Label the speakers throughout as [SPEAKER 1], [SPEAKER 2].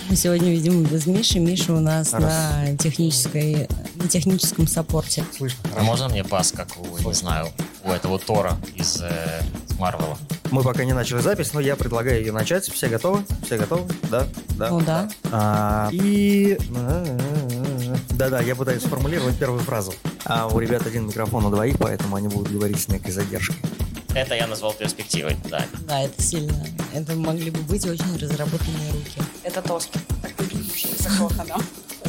[SPEAKER 1] Мы сегодня, видимо, без Миши. Миша у нас на техническом саппорте.
[SPEAKER 2] Слышно.
[SPEAKER 3] А можно мне бас, как не знаю, у этого Тора из Марвела?
[SPEAKER 2] Мы пока не начали запись, но я предлагаю ее начать. Все готовы? Все готовы? Да?
[SPEAKER 1] Ну да.
[SPEAKER 2] Да-да, я пытаюсь сформулировать первую фразу. У ребят один микрофон на двоих, поэтому они будут говорить с некой задержкой.
[SPEAKER 3] Это я назвал перспективой, да.
[SPEAKER 1] Да, это сильно. Это могли бы быть очень разработанные руки.
[SPEAKER 4] Это тост. Захода, да?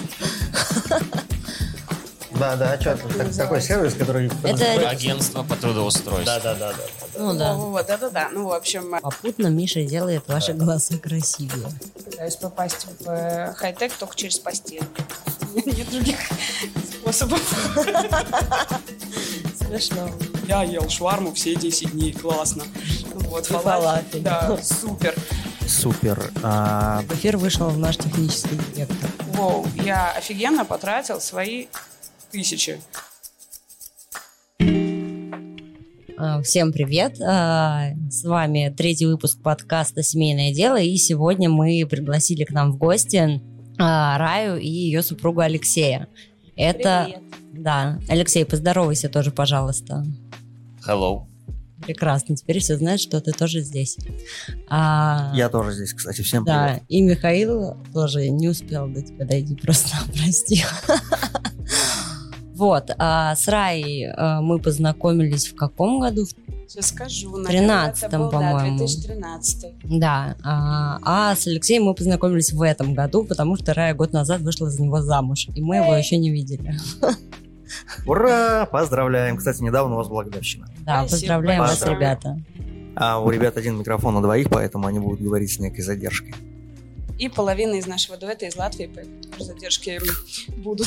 [SPEAKER 2] Да, что такой сервис, который...
[SPEAKER 1] Это
[SPEAKER 3] агентство по трудоустройству.
[SPEAKER 2] Да.
[SPEAKER 1] Ну да.
[SPEAKER 4] Вот это да. Ну, в общем...
[SPEAKER 1] Попутно Миша делает ваши голоса красивее.
[SPEAKER 4] Пытаюсь попасть в хай-тек только через постель. Нет других способов.
[SPEAKER 1] Смешно.
[SPEAKER 5] Я ел шварму все 10 дней, классно. Вот,
[SPEAKER 1] фалафель.
[SPEAKER 4] Да, супер.
[SPEAKER 2] Супер.
[SPEAKER 1] В эфир вышел наш технический директор.
[SPEAKER 4] Воу, я офигенно потратил свои 1000.
[SPEAKER 1] Всем привет! С вами 3-й выпуск подкаста «Семейное дело», и сегодня мы пригласили к нам в гости Раю и ее супругу Алексея.
[SPEAKER 4] Привет.
[SPEAKER 1] Да, Алексей, поздоровайся тоже, пожалуйста.
[SPEAKER 3] Hello.
[SPEAKER 1] Прекрасно, теперь все знают, что ты тоже здесь.
[SPEAKER 2] Я тоже здесь, кстати, всем привет.
[SPEAKER 1] Да, и Михаил тоже не успел до тебя дойти, просто прости. Вот, с Раей мы познакомились в каком году?
[SPEAKER 4] Сейчас скажу.
[SPEAKER 1] В 13-м, по-моему.
[SPEAKER 4] 2013.
[SPEAKER 1] Да, а с Алексеем мы познакомились в этом году, потому что Рая год назад вышла за него замуж, и мы его еще не видели.
[SPEAKER 2] Ура! Поздравляем! Кстати, недавно у вас была годовщина.
[SPEAKER 1] Да, поздравляем вас, ребята.
[SPEAKER 2] У ребят один микрофон на двоих, поэтому они будут говорить с некой задержкой.
[SPEAKER 4] И половина из нашего дуэта из Латвии, поэтому задержки будут.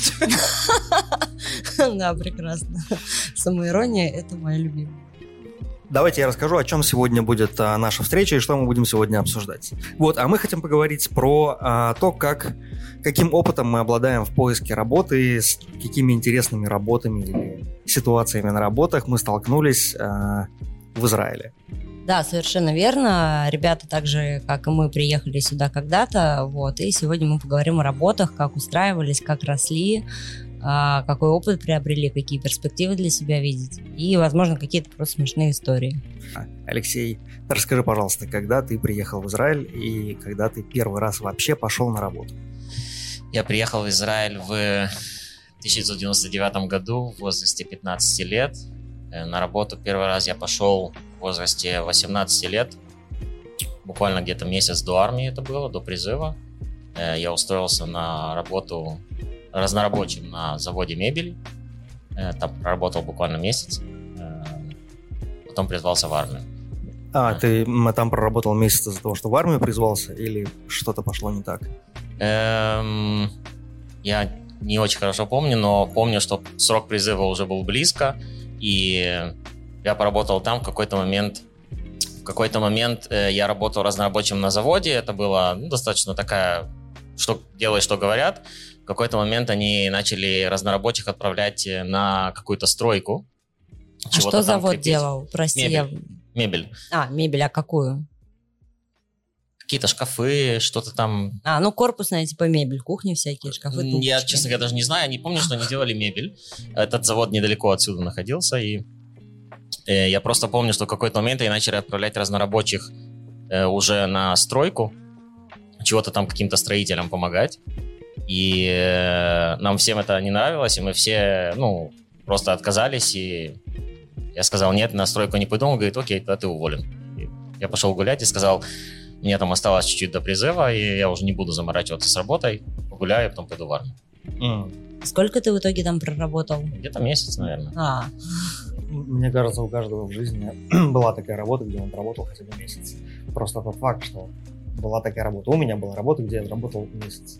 [SPEAKER 1] Да, прекрасно. Самоирония — это моя любимая.
[SPEAKER 2] Давайте я расскажу, о чем сегодня будет наша встреча и что мы будем сегодня обсуждать. Вот, а мы хотим поговорить про то, каким опытом мы обладаем в поиске работы, с какими интересными работами или ситуациями на работах мы столкнулись в Израиле.
[SPEAKER 1] Да, совершенно верно. Ребята так же, как и мы, приехали сюда когда-то, вот, и сегодня мы поговорим о работах, как устраивались, как росли, какой опыт приобрели, какие перспективы для себя видеть и, возможно, какие-то просто смешные истории.
[SPEAKER 2] Алексей, расскажи, пожалуйста, когда ты приехал в Израиль и когда ты первый раз вообще пошел на работу?
[SPEAKER 3] Я приехал в Израиль в 1999 году в возрасте 15 лет. На работу первый раз я пошел в возрасте 18 лет. Буквально где-то месяц до армии это было, до призыва. Я устроился на работу разнорабочим на заводе мебели. Там проработал буквально месяц. Потом призвался в армию.
[SPEAKER 2] Ты там проработал месяц из-за того, что в армию призвался, или что-то пошло не так?
[SPEAKER 3] Я не очень хорошо помню, но помню, что срок призыва уже был близко, и я поработал там в какой-то момент я работал разнорабочим на заводе. Это было достаточно такая, что делай, что говорят. В какой-то момент они начали разнорабочих отправлять на какую-то стройку.
[SPEAKER 1] А что завод делал? Прости,
[SPEAKER 3] Мебель.
[SPEAKER 1] Мебель, а какую?
[SPEAKER 3] Какие-то шкафы, что-то там.
[SPEAKER 1] Корпусная типа мебель, кухни всякие, шкафы, тумбочки.
[SPEAKER 3] Я, честно говоря, даже не знаю. Я не помню, что они делали мебель. Этот завод недалеко отсюда находился, и я просто помню, что в какой-то момент они начали отправлять разнорабочих уже на стройку, чего-то там каким-то строителям помогать. И нам всем это не нравилось, и мы все, просто отказались, и я сказал, нет, на стройку не пойду. Он говорит, окей, тогда ты уволен. И я пошел гулять и сказал, мне там осталось чуть-чуть до призыва, и я уже не буду заморачиваться с работой, погуляю, потом пойду в армию.
[SPEAKER 1] Сколько ты в итоге там проработал?
[SPEAKER 3] Где-то месяц, наверное.
[SPEAKER 2] Мне кажется, у каждого в жизни была такая работа, где он работал хотя бы месяц. Просто тот факт, что была такая работа. У меня была работа, где я работал месяц.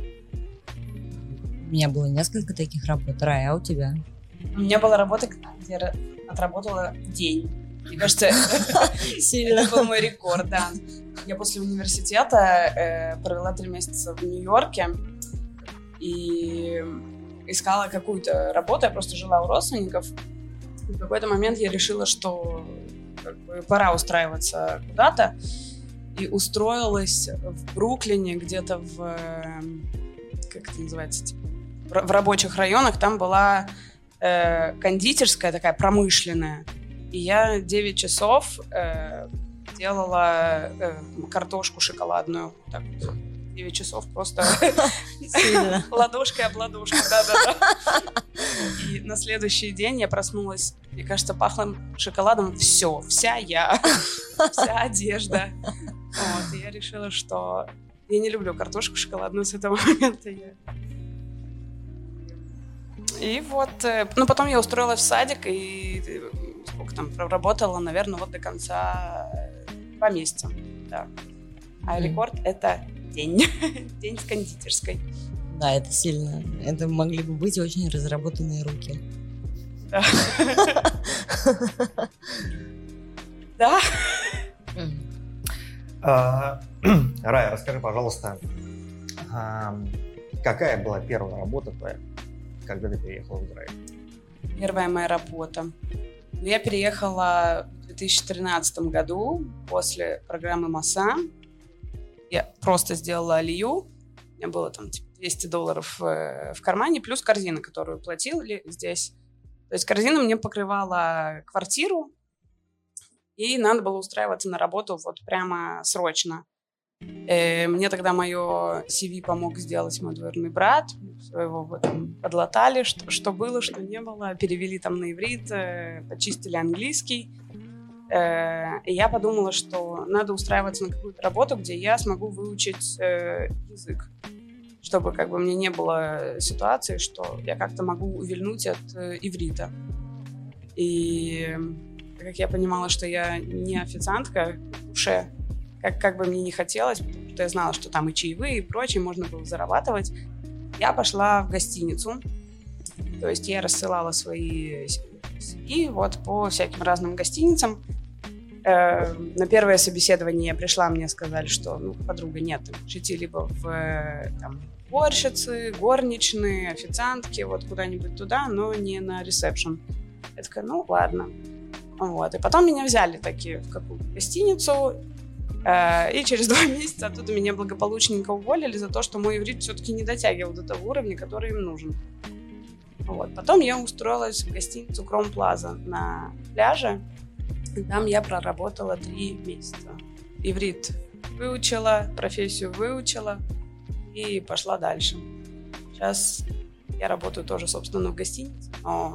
[SPEAKER 1] У меня было несколько таких работ. Рая, а у тебя?
[SPEAKER 4] У меня была работа, где я отработала день. Мне кажется, это был мой рекорд, да. Я после университета провела 3 месяца в Нью-Йорке и искала какую-то работу. Я просто жила у родственников. И в какой-то момент я решила, что пора устраиваться куда-то. и устроилась в Бруклине, где-то как это называется, типа, в рабочих районах. Там была кондитерская такая промышленная. И я 9 часов делала картошку шоколадную. Так, 9 часов просто ладошкой об ладошку. Да. И на следующий день я проснулась, мне кажется, пахло шоколадом все, вся одежда. Вот, и я решила, что я не люблю картошку шоколадную с этого момента. И вот, ну потом я устроилась в садик и сколько там проработала, наверное, вот до конца 2 месяца. Да. А рекорд — это день в кондитерской.
[SPEAKER 1] Да, это сильно. Это могли бы быть очень разработанные руки.
[SPEAKER 4] Да. Да.
[SPEAKER 2] Рая, расскажи, пожалуйста, какая была первая работа твоя, когда ты переехала в Израиль?
[SPEAKER 4] Первая моя работа. Я переехала в 2013 году после программы МАСА. Я просто сделала алию. У меня было там типа $200 в кармане, плюс корзина, которую платили здесь. То есть корзина мне покрывала квартиру, и надо было устраиваться на работу вот прямо срочно. Мне тогда мое CV помог сделать мой двоюродный брат. Своего вот подлатали, что было, что не было. Перевели там на иврит, почистили английский. И я подумала, что надо устраиваться на какую-то работу, где я смогу выучить язык. Чтобы как бы мне не было ситуации, что я как-то могу увильнуть от иврита. И как я понимала, что я не официантка в душе, как бы мне не хотелось, потому что я знала, что там и чаевые, и прочее, можно было зарабатывать, я пошла в гостиницу. То есть я рассылала свои CV вот по всяким разным гостиницам. На первое собеседование я пришла, мне сказали, что подруга, нет, идти либо в уборщицы, горничные, официантки, вот куда-нибудь туда, но не на ресепшн. Я такая, ладно. Вот. И потом меня взяли таки в какую-то гостиницу, и через 2 месяца оттуда меня благополучненько уволили за то, что мой иврит все-таки не дотягивал до того уровня, который им нужен. Вот. Потом я устроилась в гостиницу Кром Плаза на пляже, и там я проработала 3 месяца. Иврит выучила, профессию выучила и пошла дальше. Сейчас я работаю тоже, собственно, в гостинице, но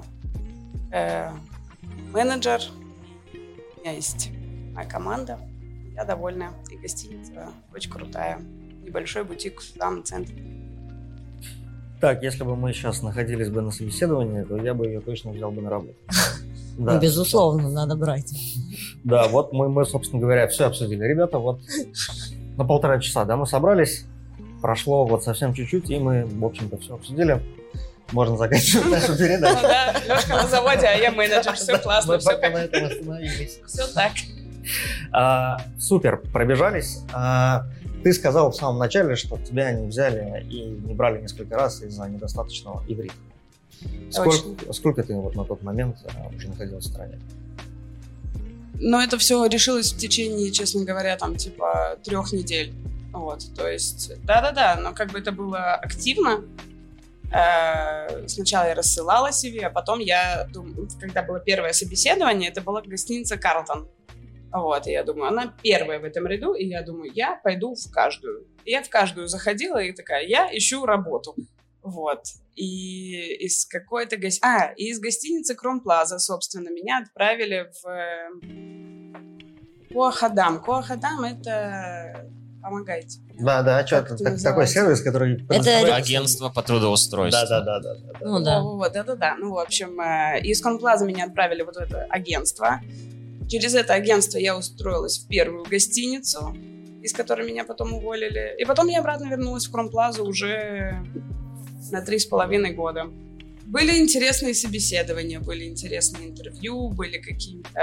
[SPEAKER 4] менеджер, у меня есть моя команда, я довольна, и гостиница очень крутая. Небольшой бутик в самом центре.
[SPEAKER 2] Так, если бы мы сейчас находились бы на собеседовании, то я бы ее точно взял бы на работу.
[SPEAKER 1] Да. Безусловно, надо брать.
[SPEAKER 2] Да, вот мы, собственно говоря, все обсудили. Ребята, вот на 1,5 часа, да, мы собрались, прошло вот совсем чуть-чуть, и мы, в общем-то, все обсудили. Можно заканчивать нашу передачу.
[SPEAKER 4] Да, Лёшка на заводе, а я менеджер, все классно, все
[SPEAKER 2] пока на этом остановились.
[SPEAKER 4] Все так.
[SPEAKER 2] Супер, пробежались. Ты сказал в самом начале, что тебя не взяли и не брали несколько раз из-за недостаточного иврита. Сколько ты вот на тот момент уже находилась в стране?
[SPEAKER 4] Но это все решилось в течение, честно говоря, 3 недель. Вот, то есть, да, но как бы это было активно. Сначала я рассылала CV, а потом когда было первое собеседование, это была гостиница «Карлтон». Вот, и я думаю, она первая в этом ряду, и я думаю, я пойду в каждую. И я в каждую заходила и такая, я ищу работу. Вот. И из какой-то из гостиницы Кром Плаза, собственно, меня отправили в Коахадам. Коахадам — это... Помогайте.
[SPEAKER 2] Да, что-то такой сервис, который...
[SPEAKER 3] Это агентство по трудоустройству.
[SPEAKER 2] Да.
[SPEAKER 4] Да. В общем, из Кром Плаза меня отправили вот в это агентство. Через это агентство я устроилась в первую гостиницу, из которой меня потом уволили. И потом я обратно вернулась в Кром Плазу уже на 3,5 года. Были интересные собеседования, были интересные интервью, были какие-то...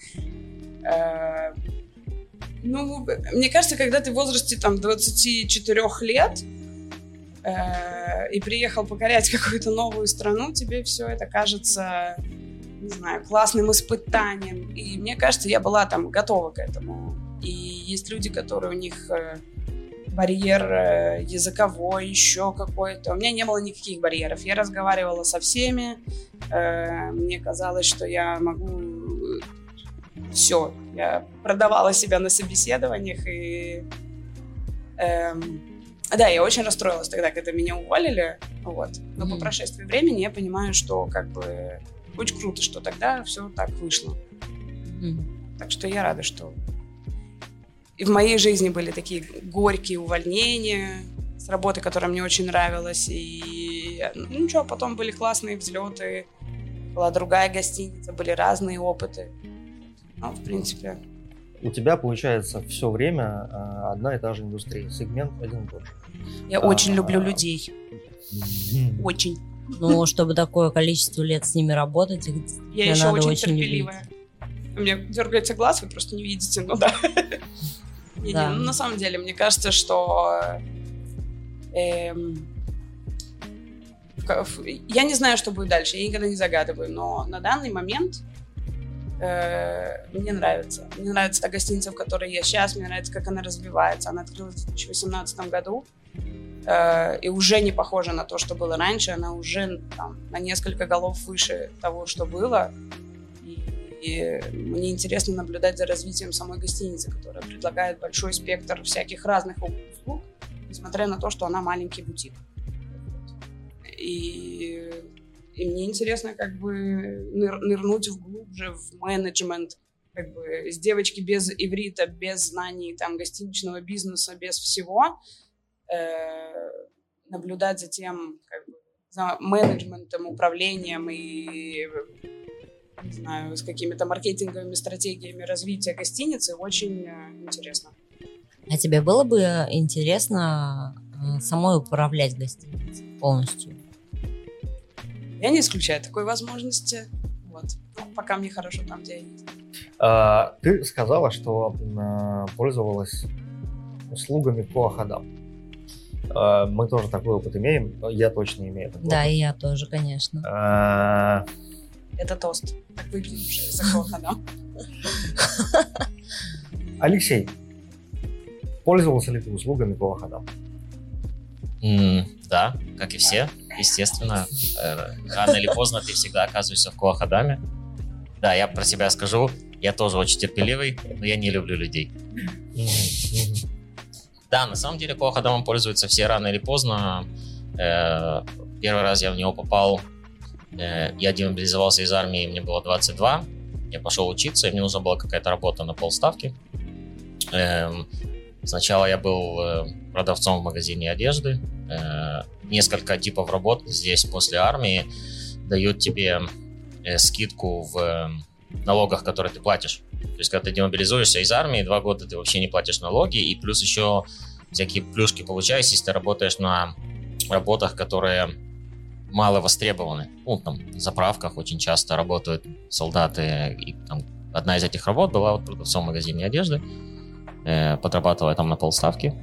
[SPEAKER 4] мне кажется, когда ты в возрасте 24 лет и приехал покорять какую-то новую страну, тебе все это кажется, не знаю, классным испытанием. И мне кажется, я была готова к этому. И есть люди, которые у них барьер языковой, еще какой-то. У меня не было никаких барьеров. Я разговаривала со всеми. Мне казалось, что я могу все. Я продавала себя на собеседованиях. И да, я очень расстроилась тогда, когда меня уволили. Вот. Но по прошествии времени я понимаю, что как бы очень круто, что тогда все так вышло. Так что я рада, что и в моей жизни были такие горькие увольнения с работы, которая мне очень нравилась. И ничего, потом были классные взлеты. Была другая гостиница, были разные опыты. Ну, в принципе.
[SPEAKER 2] У тебя, получается, все время одна и та же индустрия, сегмент один и тот же.
[SPEAKER 4] Я очень люблю людей. Очень.
[SPEAKER 1] Ну, чтобы такое количество лет с ними работать, их
[SPEAKER 4] я еще
[SPEAKER 1] надо
[SPEAKER 4] очень терпеливая. У меня дергается глаз, вы просто не видите, ну да. Да. Ну, на самом деле, мне кажется, что я не знаю, что будет дальше, я никогда не загадываю, но на данный момент мне нравится. Мне нравится та гостиница, в которой я сейчас, мне нравится, как она развивается. Она открылась в 2018 году и уже не похожа на то, что было раньше. Она уже там, на несколько голов выше того, что было. И мне интересно наблюдать за развитием самой гостиницы, которая предлагает большой спектр всяких разных услуг, несмотря на то, что она маленький бутик. И мне интересно как бы нырнуть вглубже в менеджмент, как бы с девочки без иврита, без знаний там гостиничного бизнеса, без всего, наблюдать за тем, как бы, за менеджментом, управлением и не знаю, с какими-то маркетинговыми стратегиями развития гостиницы очень интересно.
[SPEAKER 1] А тебе было бы интересно самой управлять гостиницей полностью?
[SPEAKER 4] Я не исключаю такой возможности. Вот. Но пока мне хорошо там, где я есть.
[SPEAKER 2] Ты сказала, что пользовалась услугами Коахадам. Мы тоже такой опыт имеем. Я точно имею такой
[SPEAKER 1] Да,
[SPEAKER 2] опыт.
[SPEAKER 1] и я тоже, конечно.
[SPEAKER 4] Это тост. Так выпьем уже за Коахадам.
[SPEAKER 2] Алексей, пользовался ли ты услугами Коахадам?
[SPEAKER 3] Да, как и все, естественно. Рано или поздно ты всегда оказываешься в Коахадаме. Да, я про себя скажу, я тоже очень терпеливый, но я не люблю людей. Да, на самом деле Коахадамом пользуются все рано или поздно. Первый раз я в него попал, я демобилизовался из армии, мне было 22. Я пошел учиться, и мне нужна была какая-то работа на полставки. Сначала я был продавцом в магазине одежды. Несколько типов работ здесь после армии дают тебе скидку в налогах, которые ты платишь. То есть, когда ты демобилизуешься из армии, 2 года ты вообще не платишь налоги, и плюс еще всякие плюшки получаешь, если ты работаешь на работах, которые мало востребованы. Ну, там, в заправках очень часто работают солдаты. И, там, одна из этих работ была вот продавцом в магазине одежды. Подрабатывал я там на полставки.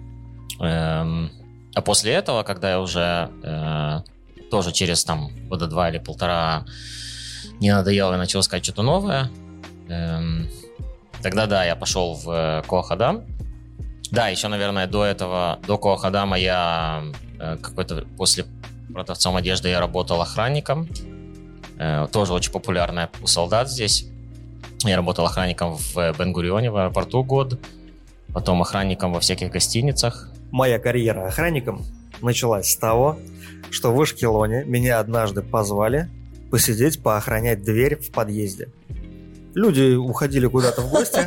[SPEAKER 3] А после этого, когда я уже тоже через там 2 года или 1,5 не надоело, я начал искать что-то новое, тогда да, я пошел в Коахадам. Да, еще, наверное, до Коахадама я какой-то после продавцом одежды я работал охранником. Тоже очень популярная у солдат здесь. Я работал охранником в Бен-Гурионе, в аэропорту год. Потом охранником во всяких гостиницах.
[SPEAKER 2] Моя карьера охранником началась с того, что в Ашкелоне меня однажды позвали посидеть, поохранять дверь в подъезде. Люди уходили куда-то в гости.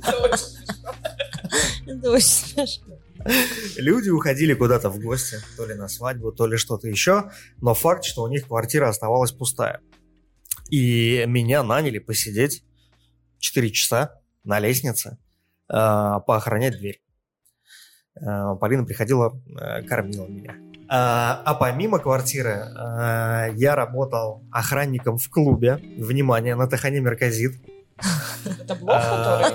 [SPEAKER 1] Это очень смешно.
[SPEAKER 2] Люди уходили куда-то в гости, то ли на свадьбу, то ли что-то еще, но факт, что у них квартира оставалась пустая. И меня наняли посидеть 4 часа на лестнице, поохранять дверь. Полина приходила, кормила меня. А помимо квартиры я работал охранником в клубе. Внимание, на Тахане Мерказит.
[SPEAKER 4] Это блог, который?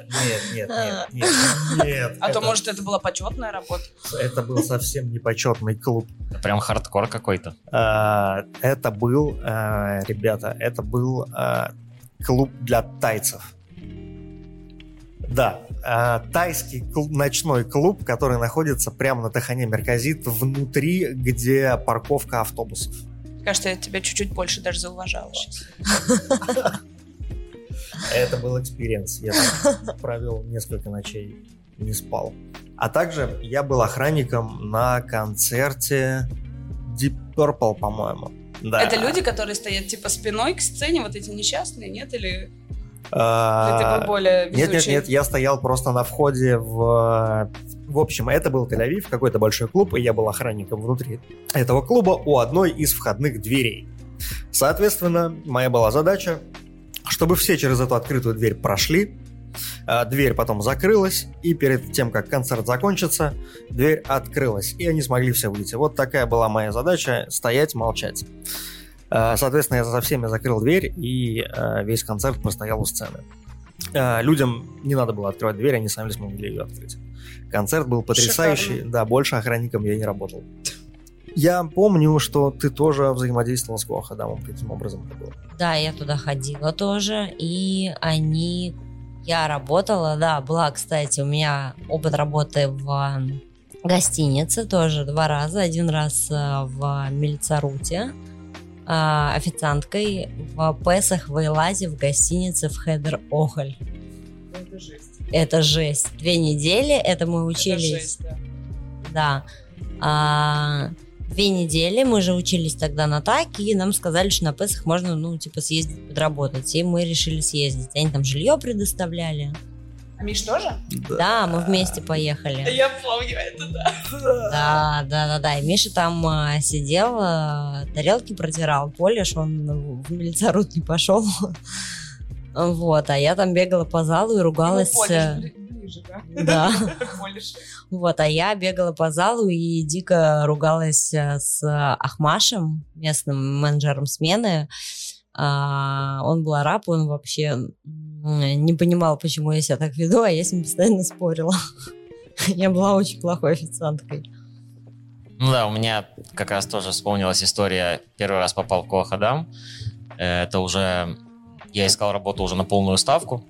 [SPEAKER 2] Нет.
[SPEAKER 4] А то, может, это была почетная работа?
[SPEAKER 2] Это был совсем непочетный клуб.
[SPEAKER 3] Прям хардкор какой-то.
[SPEAKER 2] Это был, ребята, клуб для тайцев. Да, тайский ночной клуб, который находится прямо на Тахане Мерказит, внутри, где парковка автобусов.
[SPEAKER 4] Кажется, я тебя чуть-чуть больше даже зауважала сейчас.
[SPEAKER 2] Это был экспириенс. Я там провел несколько ночей, не спал. А также я был охранником на концерте Deep Purple, по-моему. Да.
[SPEAKER 4] Это люди, которые стоят типа спиной к сцене, вот эти несчастные, нет? Или ты был более везучий?
[SPEAKER 2] Нет, я стоял просто на входе в общем, это был Тель-Авив, какой-то большой клуб, и я был охранником внутри этого клуба у одной из входных дверей. Соответственно, моя была задача, чтобы все через эту открытую дверь прошли, дверь потом закрылась, и перед тем, как концерт закончится, дверь открылась, и они смогли все выйти. Вот такая была моя задача — стоять, молчать. Соответственно, я за всеми закрыл дверь, и весь концерт простоял у сцены. Людям не надо было открывать дверь, они сами смогли ее открыть. Концерт был потрясающий. Шикарно. Да, больше охранником я не работал. Я помню, что ты тоже взаимодействовал с Коахадамом. Каким образом это было?
[SPEAKER 1] Да, я туда ходила тоже, и я работала, да, была, кстати, у меня опыт работы в гостинице тоже 2 раза. 1 раз в Мельцаруте официанткой, в Песах в Эйлазе в гостинице в Хедер Охоль.
[SPEAKER 4] Это жесть.
[SPEAKER 1] Это жесть. 2 недели, это мы учились.
[SPEAKER 4] Это жесть, да.
[SPEAKER 1] Да. 2 недели мы же учились тогда на ТАК, и нам сказали, что на Песах можно, съездить подработать. И мы решили съездить. Они там жилье предоставляли.
[SPEAKER 4] А Миш тоже?
[SPEAKER 1] Да, мы вместе поехали.
[SPEAKER 4] Я помню это, да.
[SPEAKER 1] Да. И Миша там сидел, тарелки протирал. Полиш, он в Мельцарут не пошел. Вот, а я там бегала по залу и ругалась.
[SPEAKER 4] Ближе, да?
[SPEAKER 1] Да.
[SPEAKER 4] Полиш.
[SPEAKER 1] Вот, а я бегала по залу и дико ругалась с Ахмашем, местным менеджером смены. Он был араб, он вообще не понимал, почему я себя так веду, а я с ним постоянно спорила. Я была очень плохой официанткой.
[SPEAKER 3] Ну да, у меня как раз тоже вспомнилась история. Первый раз попал в Коахадам. Это уже... Я искал работу уже на полную ставку.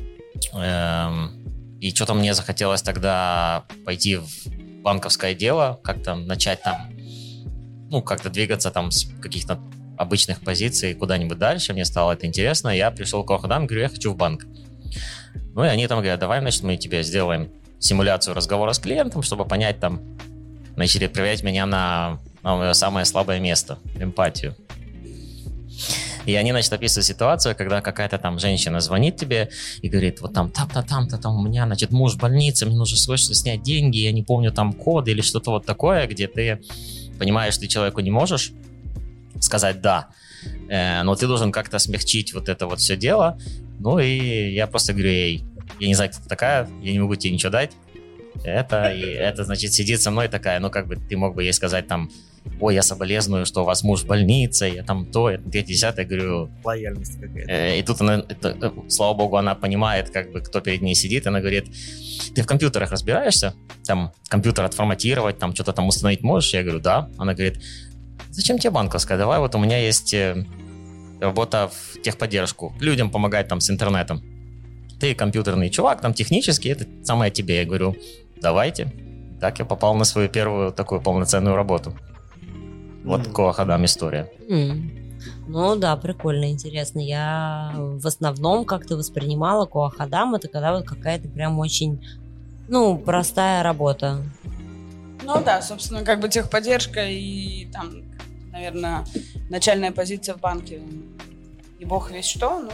[SPEAKER 3] И что-то мне захотелось тогда пойти в банковское дело, как-то начать там, как-то двигаться там с каких-то обычных позиций куда-нибудь дальше. Мне стало это интересно. Я пришел к Коахадам, говорю, я хочу в банк. И они там говорят, давай, значит, мы тебе сделаем симуляцию разговора с клиентом, чтобы понять там, начали проверять меня на мое самое слабое место, эмпатию. И они, значит, описывают ситуацию, когда какая-то там женщина звонит тебе и говорит, вот там-то, у меня, значит, муж в больнице, мне нужно срочно снять деньги, я не помню там код или что-то вот такое, где ты понимаешь, что ты человеку не можешь сказать «да», но ты должен как-то смягчить вот это вот все дело. И я просто говорю, ей, я не знаю, кто ты такая, я не могу тебе ничего дать. Это, значит, сидит со мной такая, ты мог бы ей сказать там, ой, я соболезную, что у вас муж в больнице, я там то, я 10-е, говорю...
[SPEAKER 2] Лояльность какая-то.
[SPEAKER 3] И тут она, слава богу, она понимает, кто перед ней сидит, она говорит, ты в компьютерах разбираешься? Там компьютер отформатировать, там что-то там установить можешь? Я говорю, да. Она говорит, зачем тебе банковская? Давай, вот у меня есть работа в техподдержку, людям помогать там с интернетом. Ты компьютерный чувак, там технический, это самое тебе. Я говорю, давайте. Так я попал на свою первую такую полноценную работу. Вот Коахадам история.
[SPEAKER 1] Ну да, прикольно, интересно. Я в основном как-то воспринимала Коахадам, это когда вот какая-то прям очень, простая работа.
[SPEAKER 4] Ну да, собственно, техподдержка и там, наверное, начальная позиция в банке. И бог весь что,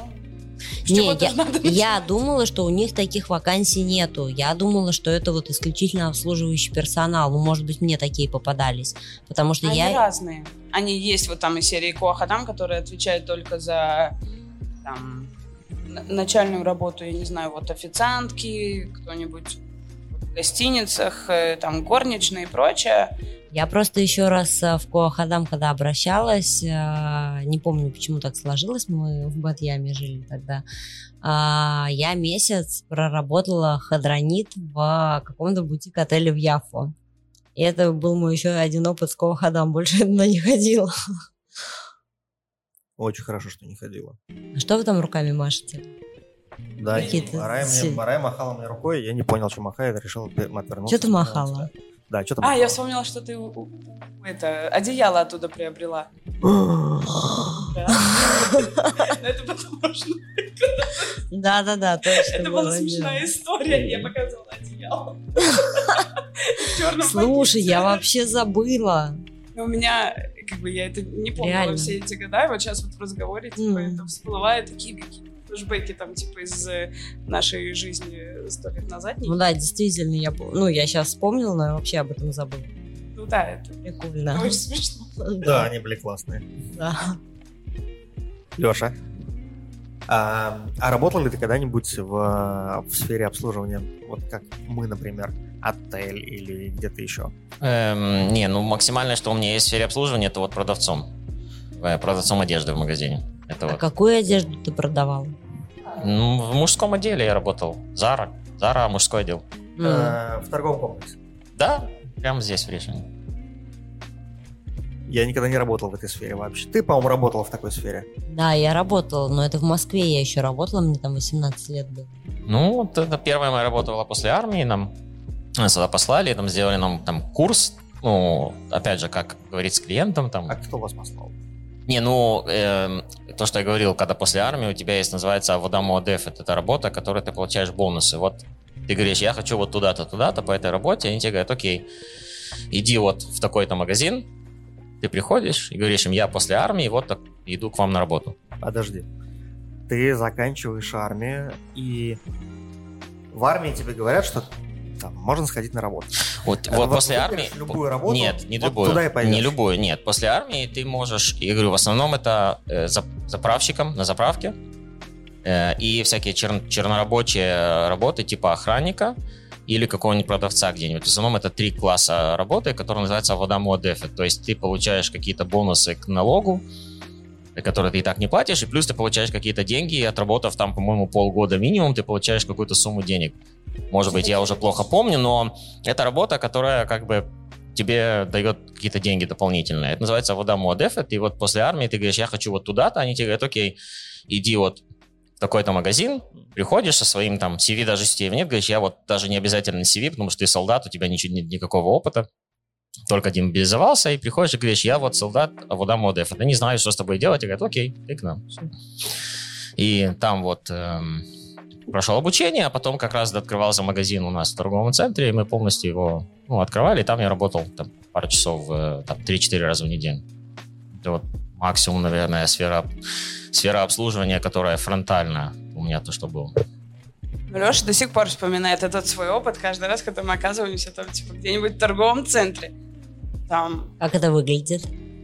[SPEAKER 1] я думала, что у них таких вакансий нету. Я думала, что это вот исключительно обслуживающий персонал. Может быть, мне такие попадались. Потому что
[SPEAKER 4] они разные. Они есть вот там из серии Коахадам, которые отвечают только за там, начальную работу, я не знаю, вот официантки, кто-нибудь в гостиницах, там горничные и прочее.
[SPEAKER 1] Я просто еще раз в Коахадам, когда обращалась, не помню, почему так сложилось, мы в Батьяме жили тогда, я месяц проработала хадранит в каком-то бутик-отеле в Яффо. И это был мой еще один опыт с Коахадам, больше я туда не ходила.
[SPEAKER 2] Очень хорошо, что не ходила.
[SPEAKER 1] Что вы там руками машете?
[SPEAKER 2] Да,
[SPEAKER 1] Какие-то
[SPEAKER 2] Марая махала мне рукой, я не понял, что махает, решил отвернуться.
[SPEAKER 1] Что ты махала?
[SPEAKER 2] Да, что-то
[SPEAKER 4] А, я вспомнила, что ты одеяло оттуда приобрела. Да. Это потому что...
[SPEAKER 1] Да, точно.
[SPEAKER 4] Это была смешная история. Я показывала одеяло.
[SPEAKER 1] Слушай, я вообще забыла.
[SPEAKER 4] У меня, я это не помнила
[SPEAKER 1] Реально.
[SPEAKER 4] все эти года, и вот сейчас вот в разговоре, это всплывают такие какие-то флешбеки, из нашей жизни 100 лет назад.
[SPEAKER 1] Ну да, действительно, я сейчас вспомнила, но я вообще об этом забыла.
[SPEAKER 4] Ну да, это
[SPEAKER 1] Прикольно.
[SPEAKER 4] очень смешно.
[SPEAKER 2] Да, они были классные.
[SPEAKER 1] Да.
[SPEAKER 2] Леша, а работал ли ты когда-нибудь в сфере обслуживания? Вот как мы, например, отель или где-то еще?
[SPEAKER 3] Максимальное, что у меня есть в сфере обслуживания, это вот продавцом. Продавцом одежды в магазине. Это
[SPEAKER 1] А
[SPEAKER 3] вот.
[SPEAKER 1] какую одежду ты продавал?
[SPEAKER 3] В мужском отделе я работал. Зара, мужской отдел.
[SPEAKER 2] В торговом комплексе.
[SPEAKER 3] Да, прямо здесь, в Решине.
[SPEAKER 2] Я никогда не работал в этой сфере вообще. Ты, по-моему, работала в такой сфере.
[SPEAKER 1] Да, я работала, но это в Москве я еще работала, мне там 18 лет было.
[SPEAKER 3] Вот это первая моя работа была после армии. Нас сюда послали, сделали нам курс. Опять же, как говорить с клиентом.
[SPEAKER 2] А кто вас послал?
[SPEAKER 3] То, что я говорил, когда после армии у тебя есть, называется Avoda Moadef. Это работа, которой ты получаешь бонусы. Вот ты говоришь, я хочу вот туда-то, туда-то по этой работе. И они тебе говорят, окей, иди вот в такой-то магазин. Ты приходишь и говоришь им, я после армии вот так иду к вам на работу.
[SPEAKER 2] Подожди. Ты заканчиваешь армию, и в армии тебе говорят, что там можно сходить на работу.
[SPEAKER 3] Вот после армии...
[SPEAKER 2] Любую работу?
[SPEAKER 3] Нет, не
[SPEAKER 2] вот
[SPEAKER 3] любую.
[SPEAKER 2] Туда и пойдешь.
[SPEAKER 3] Не любую, нет. После армии ты можешь, я говорю, в основном это заправщиком на заправке и всякие чернорабочие работы типа охранника или какого-нибудь продавца где-нибудь. В основном это 3 класса работы, которые называются Avoda Moadef. То есть ты получаешь какие-то бонусы к налогу, которые ты и так не платишь, и плюс ты получаешь какие-то деньги, и отработав там, по-моему, полгода минимум, ты получаешь какую-то сумму денег. Может быть, я уже плохо помню, но это работа, которая тебе дает какие-то деньги дополнительные. Это называется Avoda Moadef. И вот после армии ты говоришь, я хочу вот туда-то, они тебе говорят, окей, иди вот в такой-то магазин, приходишь со своим CV, даже если тебе нет, говоришь, я вот даже не обязательно CV, потому что ты солдат, у тебя ничего нет, никакого опыта, только демобилизовался, и приходишь и говоришь, я вот солдат Avoda Moadef. Они не знают, что с тобой делать, и говорят, окей, ты к нам. И там вот прошел обучение, а потом как раз открывался магазин у нас в торговом центре, и мы полностью его открывали, и там я работал пару часов, 3-4 раза в неделю. Это вот максимум, наверное, сфера обслуживания, которая фронтальная у меня то, что было.
[SPEAKER 4] Леша до сих пор вспоминает этот свой опыт каждый раз, когда мы оказываемся где-нибудь в торговом центре. Там...
[SPEAKER 1] Как это выглядит?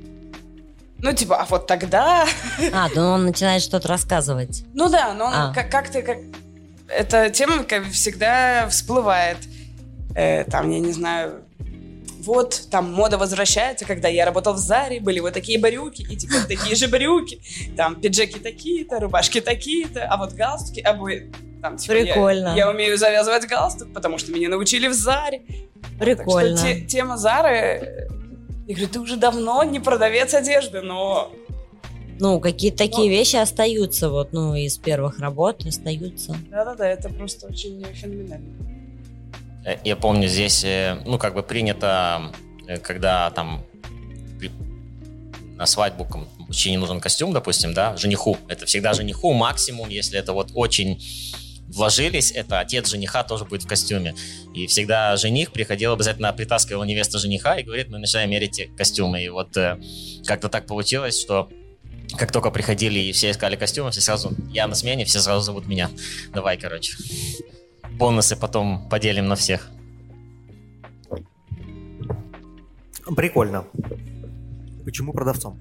[SPEAKER 4] А вот тогда...
[SPEAKER 1] Он начинает что-то рассказывать.
[SPEAKER 4] Ну да, но эта тема всегда всплывает. Я не знаю... Вот, там мода возвращается, когда я работал в Заре, были вот такие брюки, и теперь такие же брюки. Там пиджаки такие-то, рубашки такие-то, а вот галстуки обои.
[SPEAKER 1] Прикольно.
[SPEAKER 4] Я умею завязывать галстук, потому что меня научили в Заре.
[SPEAKER 1] Прикольно.
[SPEAKER 4] Так что тема Зары... Я говорю, ты уже давно не продавец одежды, но...
[SPEAKER 1] Какие-то такие вещи остаются, из первых работ остаются.
[SPEAKER 4] Да-да-да, это просто очень феноменально.
[SPEAKER 3] Я помню, здесь, принято, когда на свадьбу мужчине нужен костюм, допустим, да, жениху. Это всегда жениху, максимум, если это очень вложились, это отец жениха тоже будет в костюме. И всегда жених приходил, обязательно притаскивал невесту жениха и говорит, мы начинаем мерить костюмы. И вот как-то так получилось, что как только приходили и все искали костюмы, все сразу, я на смене, все сразу зовут меня. Давай, бонусы потом поделим на всех.
[SPEAKER 2] Прикольно. Почему продавцом?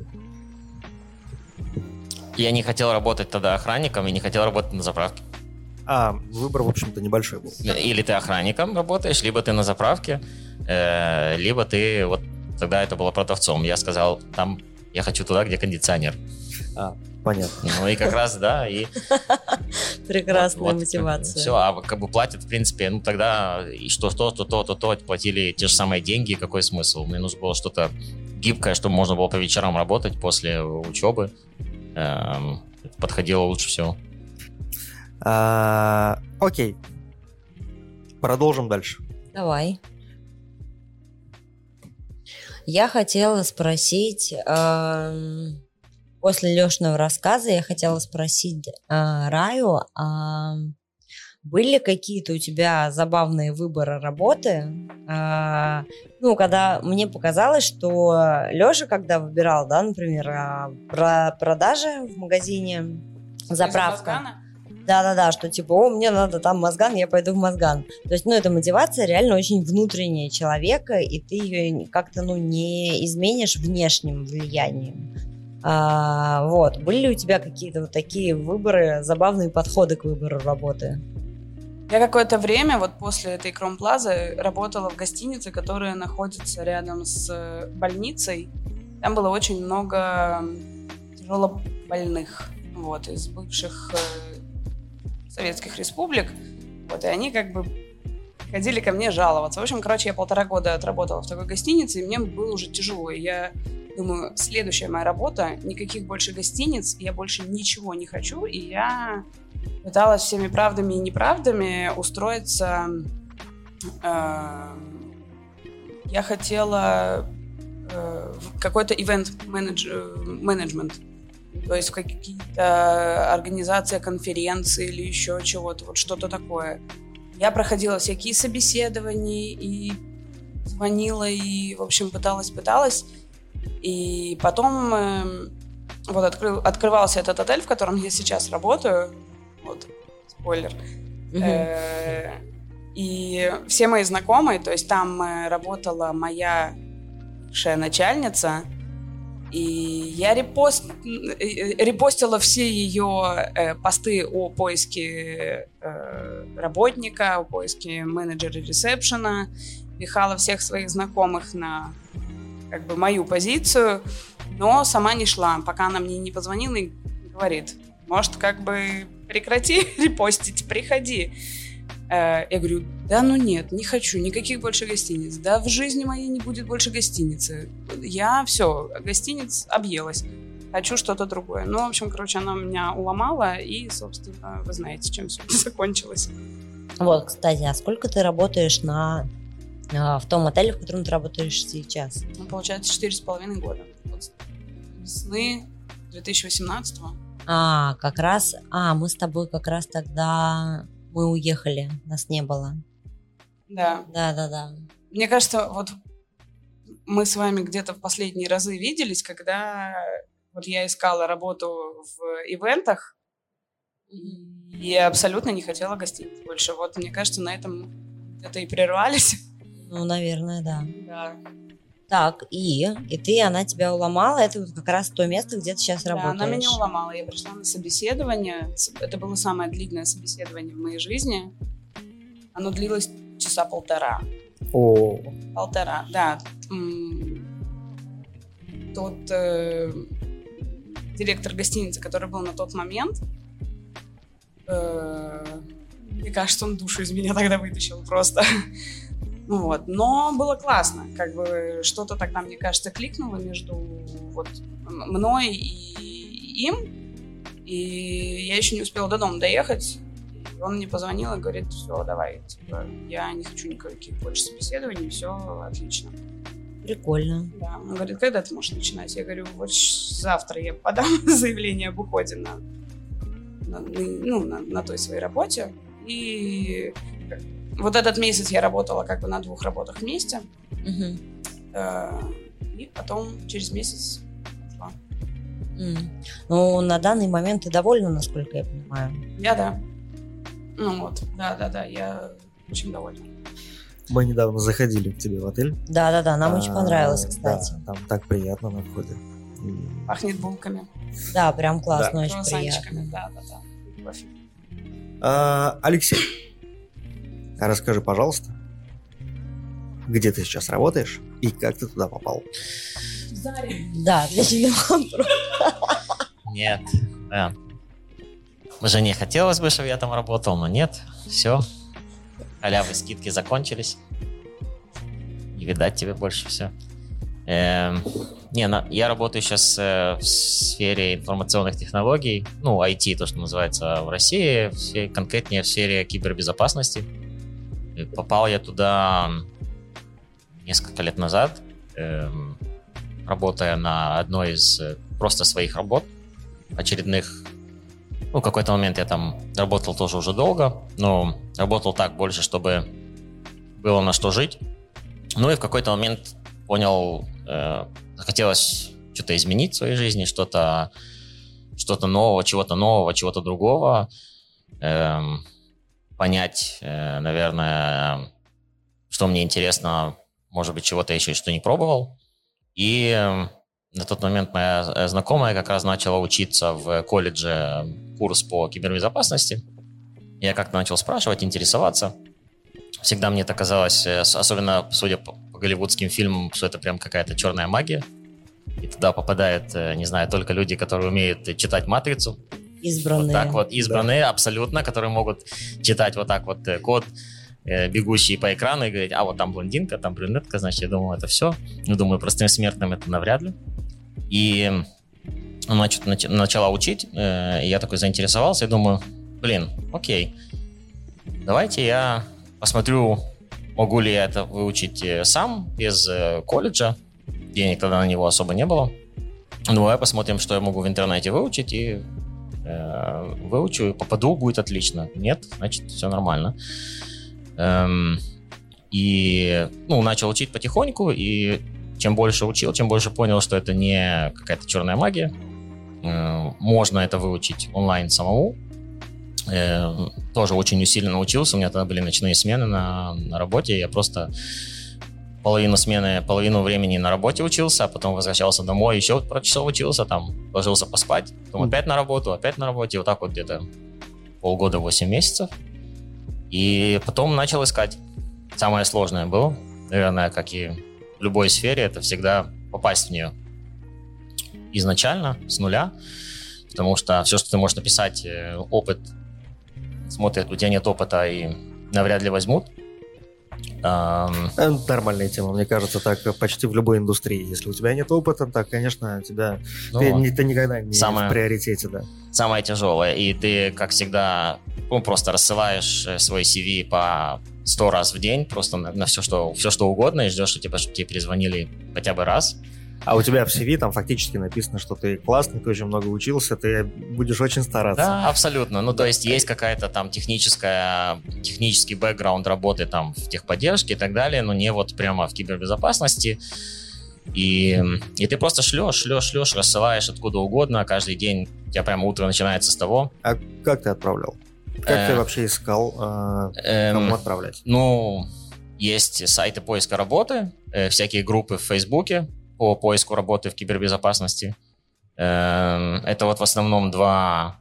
[SPEAKER 3] Я не хотел работать тогда охранником и не хотел работать на заправке.
[SPEAKER 2] Выбор, в общем-то, небольшой был.
[SPEAKER 3] Или ты охранником работаешь, либо ты на заправке, либо ты, тогда это было продавцом. Я сказал, я хочу туда, где кондиционер.
[SPEAKER 2] Понятно.
[SPEAKER 3] И как раз, да, и...
[SPEAKER 1] Прекрасная мотивация.
[SPEAKER 3] Все, платят, в принципе, тогда и что, платили те же самые деньги, какой смысл? Мне нужно было что-то гибкое, чтобы можно было по вечерам работать после учебы. Подходило лучше всего.
[SPEAKER 2] Окей. Продолжим дальше.
[SPEAKER 1] Давай. Я хотела спросить, после Лешиного рассказа, я хотела спросить Раю, были какие-то у тебя забавные выборы работы? Когда мне показалось, что Леша, когда выбирал, да, например, продажи в магазине, заправка. Да, что типа, мне надо там Мозган, я пойду в Мозган. То есть, эта мотивация реально очень внутренняя человека, и ты ее как-то, не изменишь внешним влиянием. Были ли у тебя какие-то вот такие выборы, забавные подходы к выбору работы?
[SPEAKER 4] Я какое-то время, после этой Кромплазы, работала в гостинице, которая находится рядом с больницей. Там было очень много тяжелобольных, из бывших советских республик. И они приходили ко мне жаловаться. В общем, я 1,5 года отработала в такой гостинице, и мне было уже тяжело. И я думаю, следующая моя работа, никаких больше гостиниц, я больше ничего не хочу, и я пыталась всеми правдами и неправдами устроиться. Я хотела в какой-то ивент-менеджмент, то есть в какие-то организации, конференции или еще чего-то, что-то такое. Я проходила всякие собеседования и звонила, и, в общем, пыталась. И потом открывался этот отель, в котором я сейчас работаю. Спойлер. И все мои знакомые, то есть там работала моя бывшая начальница, и я репостила все ее посты о поиске работника, о поиске менеджера ресепшена, пихала всех своих знакомых на мою позицию, но сама не шла, пока она мне не позвонила и говорит, может, прекрати репостить, приходи. Я говорю, нет, не хочу, никаких больше гостиниц. Да, в жизни моей не будет больше гостиницы. Я все, гостиниц объелась. Хочу что-то другое. В общем, она меня уломала, и, собственно, вы знаете, чем все это закончилось.
[SPEAKER 1] Кстати, а сколько ты работаешь в том отеле, в котором ты работаешь сейчас?
[SPEAKER 4] Получается, 4,5 года. Весны 2018-го.
[SPEAKER 1] Как раз, мы с тобой как раз тогда, мы уехали, нас не было.
[SPEAKER 4] Да.
[SPEAKER 1] Да.
[SPEAKER 4] Мне кажется, мы с вами где-то в последние разы виделись, когда я искала работу в ивентах, и я абсолютно не хотела гостиниц больше. Мне кажется, на этом где-то и прервались.
[SPEAKER 1] Наверное, да.
[SPEAKER 4] Да.
[SPEAKER 1] Так, и она тебя уломала, это как раз то место, где ты сейчас работаешь.
[SPEAKER 4] Да, она меня уломала, я пришла на собеседование, это было самое длинное собеседование в моей жизни, оно длилось 1,5 часа.
[SPEAKER 2] О.
[SPEAKER 4] 1,5, да. Тот директор гостиницы, который был на тот момент, мне кажется, он душу из меня тогда вытащил просто. Но было классно, что-то тогда, мне кажется, кликнуло между мной и им, и я еще не успела до дома доехать, и он мне позвонил и говорит, все, давай, я не хочу никаких больше собеседований, все отлично.
[SPEAKER 1] Прикольно.
[SPEAKER 4] Да, он говорит, когда ты можешь начинать? Я говорю, завтра я подам заявление об уходе на той своей работе, и этот месяц я работала на 2 работах вместе. И потом через месяц ушла.
[SPEAKER 1] На данный момент ты довольна, насколько я понимаю?
[SPEAKER 4] Я да. Да, я очень довольна.
[SPEAKER 2] Мы недавно заходили к тебе в отель.
[SPEAKER 1] Да, нам очень понравилось, кстати.
[SPEAKER 2] Да, там так приятно на входе.
[SPEAKER 4] Пахнет булками.
[SPEAKER 1] Да, прям классно,
[SPEAKER 4] Да.
[SPEAKER 1] очень приятно.
[SPEAKER 4] Да. Кофе.
[SPEAKER 2] Алексей, расскажи, пожалуйста, где ты сейчас работаешь и как ты туда попал?
[SPEAKER 1] Да, для тебя вопрос.
[SPEAKER 3] Нет, да. Жене хотелось бы, чтобы я там работал, но нет, все. Халявы, скидки закончились. Не видать тебе больше все. Я работаю сейчас в сфере информационных технологий, IT, то, что называется в России, конкретнее в сфере кибербезопасности. И попал я туда несколько лет назад, работая на одной из просто своих работ очередных. В какой-то момент я там работал тоже уже долго, но работал так больше, чтобы было на что жить. И в какой-то момент понял, захотелось что-то изменить в своей жизни, что-то нового, чего-то другого, понять, наверное, что мне интересно, может быть, чего-то еще, что не пробовал. И на тот момент моя знакомая как раз начала учиться в колледже курс по кибербезопасности. Я как-то начал спрашивать, интересоваться. Всегда мне это казалось, особенно судя по голливудским фильмам, что это прям какая-то черная магия. И туда попадают, не знаю, только люди, которые умеют читать «Матрицу».
[SPEAKER 1] Избранные.
[SPEAKER 3] Вот так вот, избранные, да. Абсолютно, которые могут читать вот так вот код, бегущий по экрану и говорить, вот там блондинка, там брюнетка, значит, я думал, это все. Думаю, простым смертным это навряд ли. И она что-то начала учить, и я такой заинтересовался и думаю, окей, давайте я посмотрю, могу ли я это выучить сам, без колледжа. Денег тогда на него особо не было. Давай посмотрим, что я могу в интернете выучить, и выучу, и попаду, будет отлично. Нет, значит, все нормально. И начал учить потихоньку, и чем больше учил, тем больше понял, что это не какая-то черная магия. Можно это выучить онлайн самому. Тоже очень усиленно учился. У меня тогда были ночные смены на работе. Я просто половину времени на работе учился, а потом возвращался домой, еще пару часов учился, там ложился поспать, потом опять на работе, вот так вот где-то полгода, 8 месяцев. И потом начал искать. Самое сложное было, наверное, как и в любой сфере, это всегда попасть в нее изначально, с нуля, потому что все, что ты можешь написать, опыт, смотрят, у тебя нет опыта и навряд ли возьмут.
[SPEAKER 2] Нормальная тема, мне кажется, так почти в любой индустрии. Если у тебя нет опыта, так, конечно, ты никогда не в приоритете, да.
[SPEAKER 3] Самое тяжелое, и ты, как всегда, просто рассылаешь свой CV по 100 раз в день, просто на все, что угодно, и ждешь, чтобы тебе перезвонили хотя бы раз.
[SPEAKER 2] А у тебя в CV там фактически написано, что ты классный, ты очень много учился, ты будешь очень стараться.
[SPEAKER 3] Да, абсолютно. То есть есть какая-то там технический бэкграунд работы там в техподдержке и так далее, но не вот прямо в кибербезопасности. И ты просто шлешь, рассылаешь откуда угодно, каждый день у тебя прямо утро начинается с того.
[SPEAKER 2] А как ты отправлял? Как ты вообще искал, кому отправлять?
[SPEAKER 3] Есть сайты поиска работы, всякие группы в Фейсбуке по поиску работы в кибербезопасности. Это вот в основном два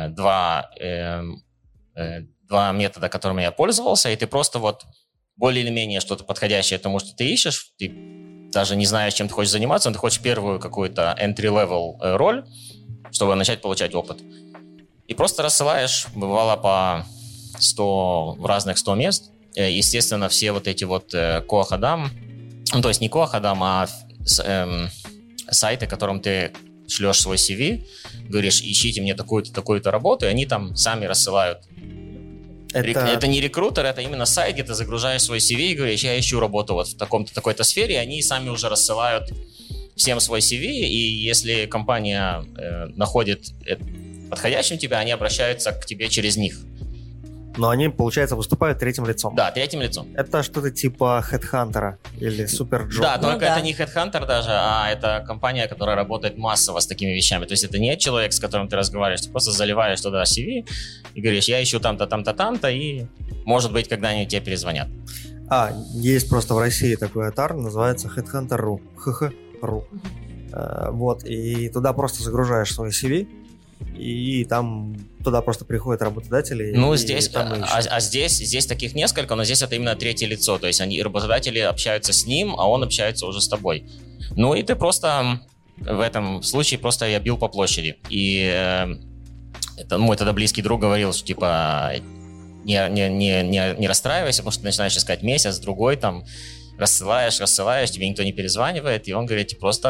[SPEAKER 3] метода, которыми я пользовался, и ты просто вот более или менее что-то подходящее тому, что ты ищешь, ты даже не знаешь, чем ты хочешь заниматься, но ты хочешь первую какую-то entry-level роль, чтобы начать получать опыт. И просто рассылаешь, бывало по 100, в разных 100 мест. Естественно, все вот эти вот Коахадам, то есть не Коахадам, а сайты, которым ты шлешь свой CV, говоришь, ищите мне такую-то, такую-то работу, и они там сами рассылают. Это не рекрутер, это именно сайт, где ты загружаешь свой CV и говоришь, я ищу работу вот в таком-то, такой-то сфере, и они сами уже рассылают всем свой CV, и если компания находит подходящим тебя, они обращаются к тебе через них.
[SPEAKER 2] Но они, получается, выступают третьим лицом.
[SPEAKER 3] Да, третьим лицом.
[SPEAKER 2] Это что-то типа HeadHunter или SuperJob.
[SPEAKER 3] Да, только это не HeadHunter даже, а это компания, которая работает массово с такими вещами. То есть это не человек, с которым ты разговариваешь, ты просто заливаешь туда CV и говоришь, я ищу там-то, там-то, там-то, и, может быть, когда-нибудь тебе перезвонят.
[SPEAKER 2] Есть просто в России такой атар, называется HeadHunter.ru. HH.ru. Вот, и туда просто загружаешь свой CV, и там туда просто приходят работодатели.
[SPEAKER 3] Здесь таких несколько, но здесь это именно третье лицо, то есть работодатели общаются с ним, а он общается уже с тобой. И ты просто в этом случае просто я бил по площади. И мой тогда близкий друг говорил, что типа не расстраивайся, потому что ты начинаешь искать месяц, другой, там рассылаешь, тебе никто не перезванивает, и он говорит, просто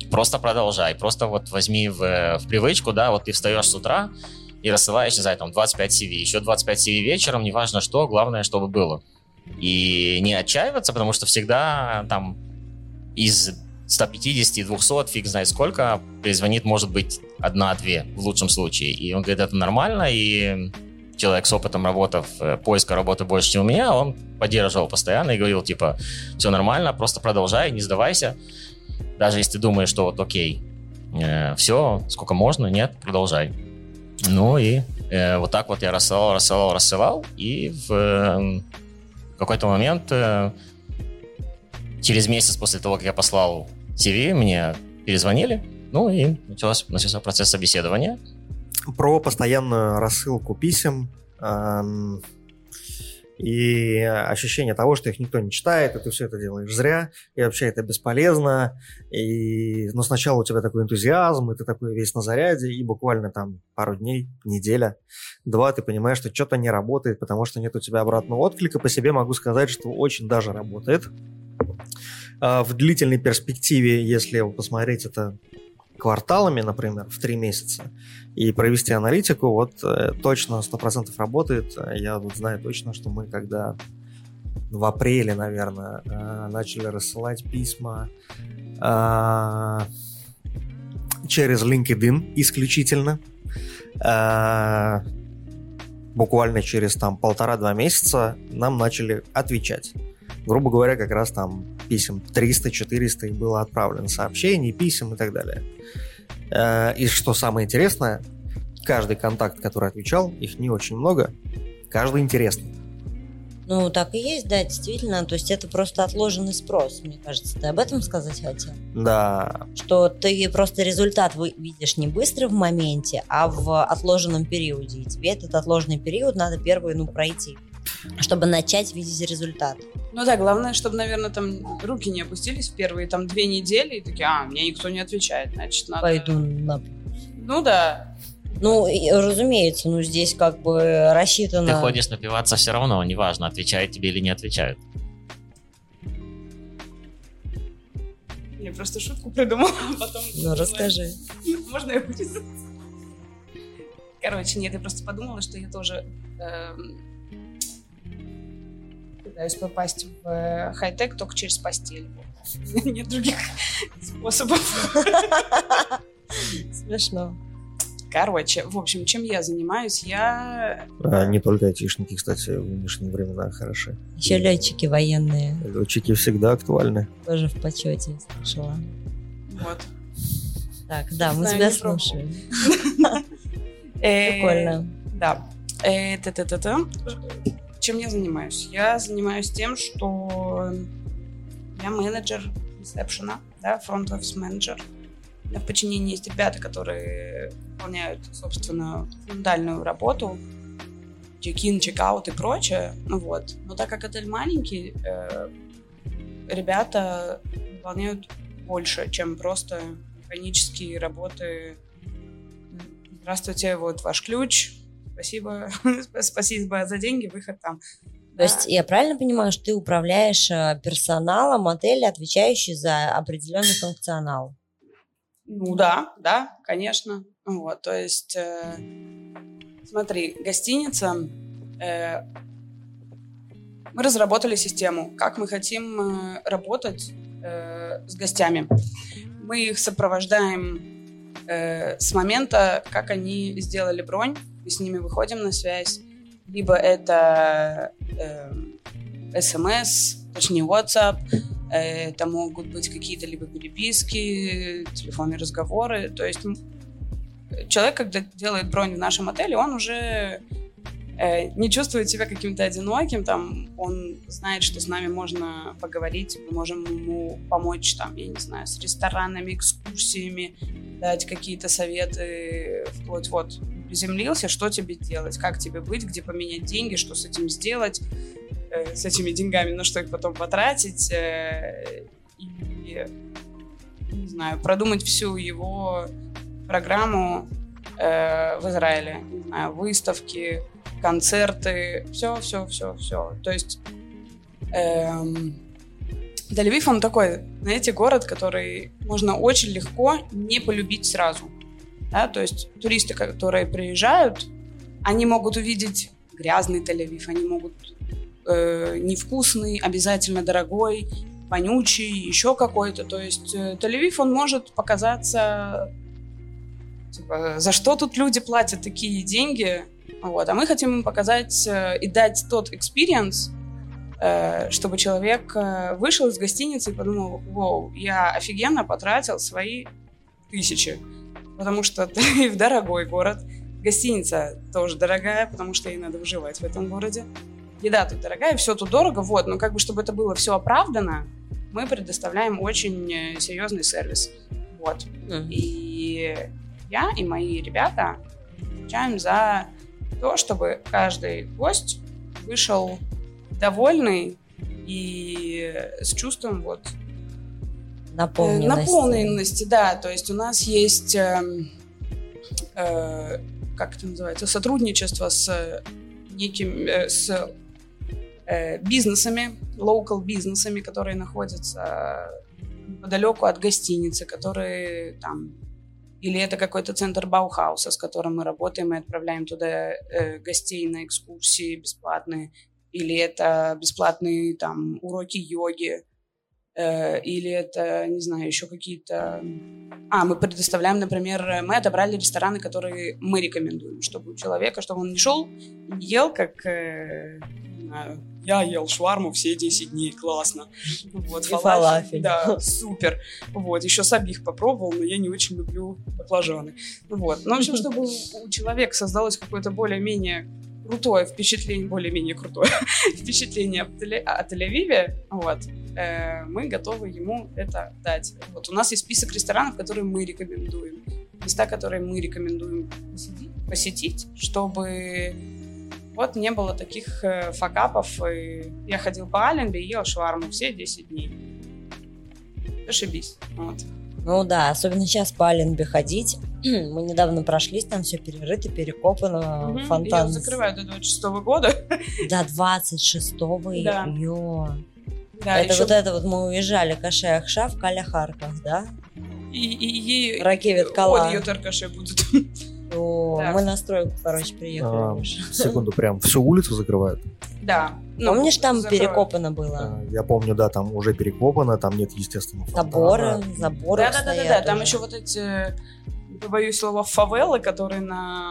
[SPEAKER 3] просто продолжай. Просто вот возьми в привычку, да, вот ты встаешь с утра и рассылаешь, не знаю, там 25 CV, еще 25 CV вечером, неважно что, главное, чтобы было. И не отчаиваться, потому что всегда там из 150, 200, фиг знает сколько, перезвонит, может быть, 1-2 в лучшем случае. И он говорит, это нормально, и человек с опытом работы, поиска работы больше, чем у меня, он поддерживал постоянно и говорил, типа, все нормально, просто продолжай, не сдавайся. Даже если ты думаешь, что вот окей, все, сколько можно, нет, продолжай. Ну и вот так вот я рассылал, и в какой-то момент, через месяц после того, как я послал CV, мне перезвонили, ну и начался процесс собеседования.
[SPEAKER 2] Про постоянную рассылку писем и ощущение того, что их никто не читает, и ты все это делаешь зря, и вообще это бесполезно, но сначала у тебя такой энтузиазм, и ты такой весь на заряде, и буквально там пару дней, неделя, 2, ты понимаешь, что что-то не работает, потому что нет у тебя обратного отклика. По себе могу сказать, что очень даже работает. В длительной перспективе, если посмотреть это кварталами, например, в 3 месяца, и провести аналитику, вот точно 100% работает. Я вот знаю точно, что мы когда в апреле, наверное, начали рассылать письма через LinkedIn исключительно, буквально через там 1,5-2 месяца нам начали отвечать. Грубо говоря, как раз там писем 300-400 и было отправлено сообщений, писем и так далее. И что самое интересное, каждый контакт, который отвечал, их не очень много, каждый интересный.
[SPEAKER 1] Ну, так и есть, да, действительно. То есть это просто отложенный спрос, мне кажется. Ты об этом сказать хотел?
[SPEAKER 2] Да.
[SPEAKER 1] Что ты просто результат видишь не быстро в моменте, а в отложенном периоде. И тебе этот отложенный период надо первый, пройти, чтобы начать видеть результат.
[SPEAKER 4] Ну да, главное, чтобы, наверное, там руки не опустились в первые там 2 недели и такие, мне никто не отвечает, значит, надо...
[SPEAKER 1] Пойду на...
[SPEAKER 4] Ну да.
[SPEAKER 1] Ну, разумеется, здесь как бы рассчитано...
[SPEAKER 3] Ты ходишь напиваться все равно, неважно, отвечают тебе или не отвечают.
[SPEAKER 4] Я просто шутку придумала, а потом...
[SPEAKER 1] Ну, расскажи.
[SPEAKER 4] Можно я буду? Короче, нет, я просто подумала, что я тоже... пытаюсь попасть в хай-тек только через постель. Нет других способов.
[SPEAKER 1] Смешно.
[SPEAKER 4] Короче, в общем, чем я занимаюсь? Я...
[SPEAKER 2] Не только айтишники, кстати, в нынешние времена хороши.
[SPEAKER 1] Еще летчики военные.
[SPEAKER 2] Летчики всегда актуальны.
[SPEAKER 1] Тоже в почете, слышала.
[SPEAKER 4] Вот.
[SPEAKER 1] Так, да, мы тебя слушаем. Прикольно.
[SPEAKER 4] Да. Чем я занимаюсь? Я занимаюсь тем, что я менеджер ресепшена, да, фронт-офис менеджер. В подчинении есть ребята, которые выполняют, собственно, фундаментальную работу, чек-ин, чек-аут и прочее. Вот. Но так как отель маленький, ребята выполняют больше, чем просто механические работы. Здравствуйте, вот ваш ключ. Спасибо за деньги, выход там.
[SPEAKER 1] То есть я правильно понимаю, что ты управляешь персоналом отеля, отвечающий за определенный функционал?
[SPEAKER 4] Ну да, конечно. Вот, то есть, смотри, гостиница, мы разработали систему, как мы хотим работать с гостями. Мы их сопровождаем с момента, как они сделали бронь, мы с ними выходим на связь. Либо это SMS, точнее WhatsApp, это могут быть какие-то либо переписки, телефонные разговоры. То есть человек, когда делает бронь в нашем отеле, он уже не чувствует себя каким-то одиноким, там, он знает, что с нами можно поговорить, мы можем ему помочь, там, я не знаю, с ресторанами, экскурсиями, дать какие-то советы, вплоть вот приземлился, что тебе делать, как тебе быть, где поменять деньги, что с этим сделать, с этими деньгами, на что их потом потратить, и, не знаю, продумать всю его программу в Израиле, не знаю, выставки, концерты, все. То есть Тель-Авив, он такой, знаете, город, который можно очень легко не полюбить сразу. Да? То есть туристы, которые приезжают, они могут увидеть грязный Тель-Авив, они могут невкусный, обязательно дорогой, вонючий, еще какой-то. То есть Тель-Авив, он может показаться, типа, за что тут люди платят такие деньги. Вот. А мы хотим им показать и дать тот experience, чтобы человек вышел из гостиницы и подумал: вау, я офигенно потратил свои 1000. Потому что Тель-Авив дорогой город. Гостиница тоже дорогая, потому что ей надо выживать в этом городе. Еда тут дорогая, все тут дорого. Вот. Но как бы, чтобы это было все оправдано, мы предоставляем очень серьезный сервис. Вот. И я и мои ребята отвечаем за то, чтобы каждый гость вышел довольный и с чувством вот наполненности, да. То есть у нас есть как это называется, сотрудничество с бизнесами, local бизнесами, которые находятся неподалеку от гостиницы, которые там, или это какой-то центр Баухауса, с которым мы работаем и отправляем туда гостей на экскурсии бесплатные, или это бесплатные там уроки йоги, или это, не знаю, еще какие-то... мы предоставляем, например, мы отобрали рестораны, которые мы рекомендуем, чтобы у человека, чтобы он не шел и не ел, как...
[SPEAKER 5] Я ел шварму все 10 дней, классно.
[SPEAKER 4] Вот,
[SPEAKER 1] фалафель.
[SPEAKER 4] Да, супер. Вот, еще сабих попробовал, но я не очень люблю баклажаны. Вот. Ну, в общем, чтобы у человека создалось какое-то более-менее крутое впечатление о Тель-Авиве, вот, мы готовы ему это дать. Вот у нас есть список ресторанов, которые мы рекомендуем, места, которые мы рекомендуем посетить, чтобы вот не было таких факапов. И я ходил по Аленби и ел шварму все 10 дней. Зашибись. Вот.
[SPEAKER 1] Ну да, особенно сейчас по Аленби ходить. Мы недавно прошлись, там все перерыто, перекопано, фонтан.
[SPEAKER 4] Ее закрывают до 26-го года.
[SPEAKER 1] До 26-го,
[SPEAKER 4] да.
[SPEAKER 1] Да, это вот мы уезжали Кашеахша в Каляхарках, да?
[SPEAKER 4] И
[SPEAKER 1] Ракевит Кала.
[SPEAKER 4] Вот ее Таркаше будет.
[SPEAKER 1] Да. Мы на стройку, приехали.
[SPEAKER 2] Секунду, прям всю улицу закрывают?
[SPEAKER 4] Да.
[SPEAKER 1] Помнишь, там перекопано было?
[SPEAKER 2] Я помню, да, там уже перекопано, там нет, естественно,
[SPEAKER 1] заборы
[SPEAKER 4] Да, там еще вот эти, боюсь слова, фавелы, которые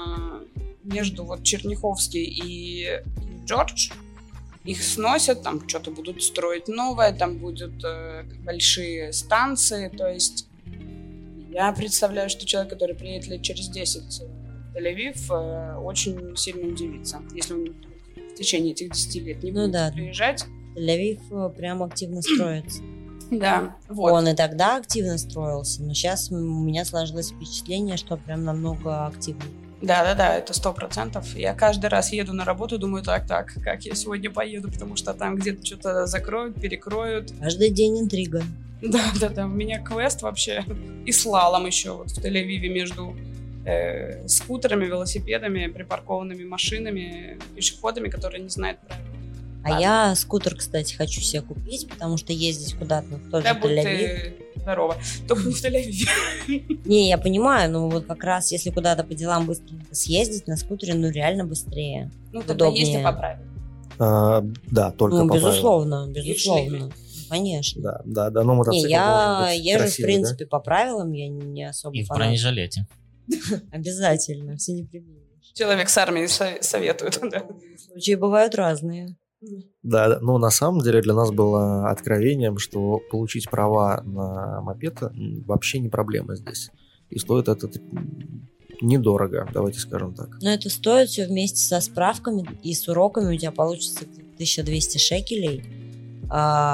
[SPEAKER 4] между вот Черняховской и Джордж. Их сносят, там что-то будут строить новое, там будут большие станции, то есть я представляю, что человек, который приедет лет через 10 в Тель-Авив, очень сильно удивится, если он в течение этих 10 лет не будет приезжать.
[SPEAKER 1] Тель-Авив прям активно строится.
[SPEAKER 4] Да, вот.
[SPEAKER 1] Он и тогда активно строился, но сейчас у меня сложилось впечатление, что прям намного активнее.
[SPEAKER 4] Да, это 100%. Я каждый раз еду на работу, думаю, так, как я сегодня поеду, потому что там где-то что-то закроют, перекроют.
[SPEAKER 1] Каждый день интрига.
[SPEAKER 4] Да, у меня квест вообще. И слалом еще вот в Тель-Авиве между скутерами, велосипедами, припаркованными машинами, пешеходами, которые не знают правил.
[SPEAKER 1] Я скутер, кстати, хочу себе купить, потому что ездить куда-то в тот же Тель-Авив.
[SPEAKER 4] Здорово. Только не в Тель-Авиве.
[SPEAKER 1] Не, я понимаю, но вот как раз если куда-то по делам быстренько съездить на скутере, реально быстрее.
[SPEAKER 4] Тогда если по правилам.
[SPEAKER 2] Да, только по
[SPEAKER 1] безусловно. Конечно.
[SPEAKER 2] Да, но мотоцикл
[SPEAKER 1] я езжу, в принципе, по правилам, я не особо
[SPEAKER 3] и в бронежилете.
[SPEAKER 1] Обязательно, все не прибегнешь.
[SPEAKER 4] Человек с армии советует.
[SPEAKER 1] Случаи бывают разные.
[SPEAKER 2] Да, но на самом деле для нас было откровением, что получить права на мопед вообще не проблема здесь. И стоит это недорого, давайте скажем так.
[SPEAKER 1] Но это стоит все вместе со справками и с уроками, у тебя получится 1200 шекелей. И,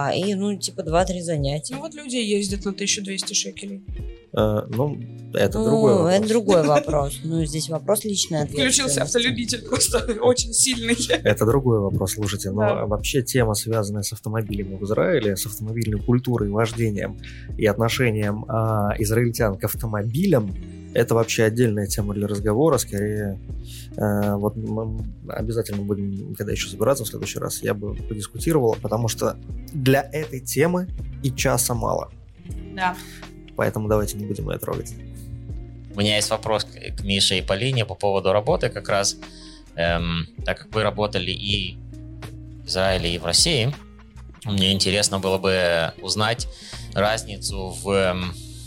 [SPEAKER 1] 2-3 занятия.
[SPEAKER 4] Вот люди ездят на 1200 шекелей.
[SPEAKER 2] Это другой вопрос.
[SPEAKER 1] Это другой вопрос. Здесь вопрос личной ответственности.
[SPEAKER 4] Включился автолюбитель просто очень сильный.
[SPEAKER 2] Это другой вопрос, слушайте. Но вообще тема, связанная с автомобилями в Израиле, с автомобильной культурой, вождением и отношением израильтян к автомобилям, это вообще отдельная тема для разговора. Скорее, вот мы обязательно будем, когда еще собираться в следующий раз, я бы подискутировал, потому что для этой темы и часа мало.
[SPEAKER 4] Да.
[SPEAKER 2] Поэтому давайте не будем ее трогать.
[SPEAKER 3] У меня есть вопрос к Мише и Полине по поводу работы как раз. Так как вы работали и в Израиле, и в России, мне интересно было бы узнать разницу в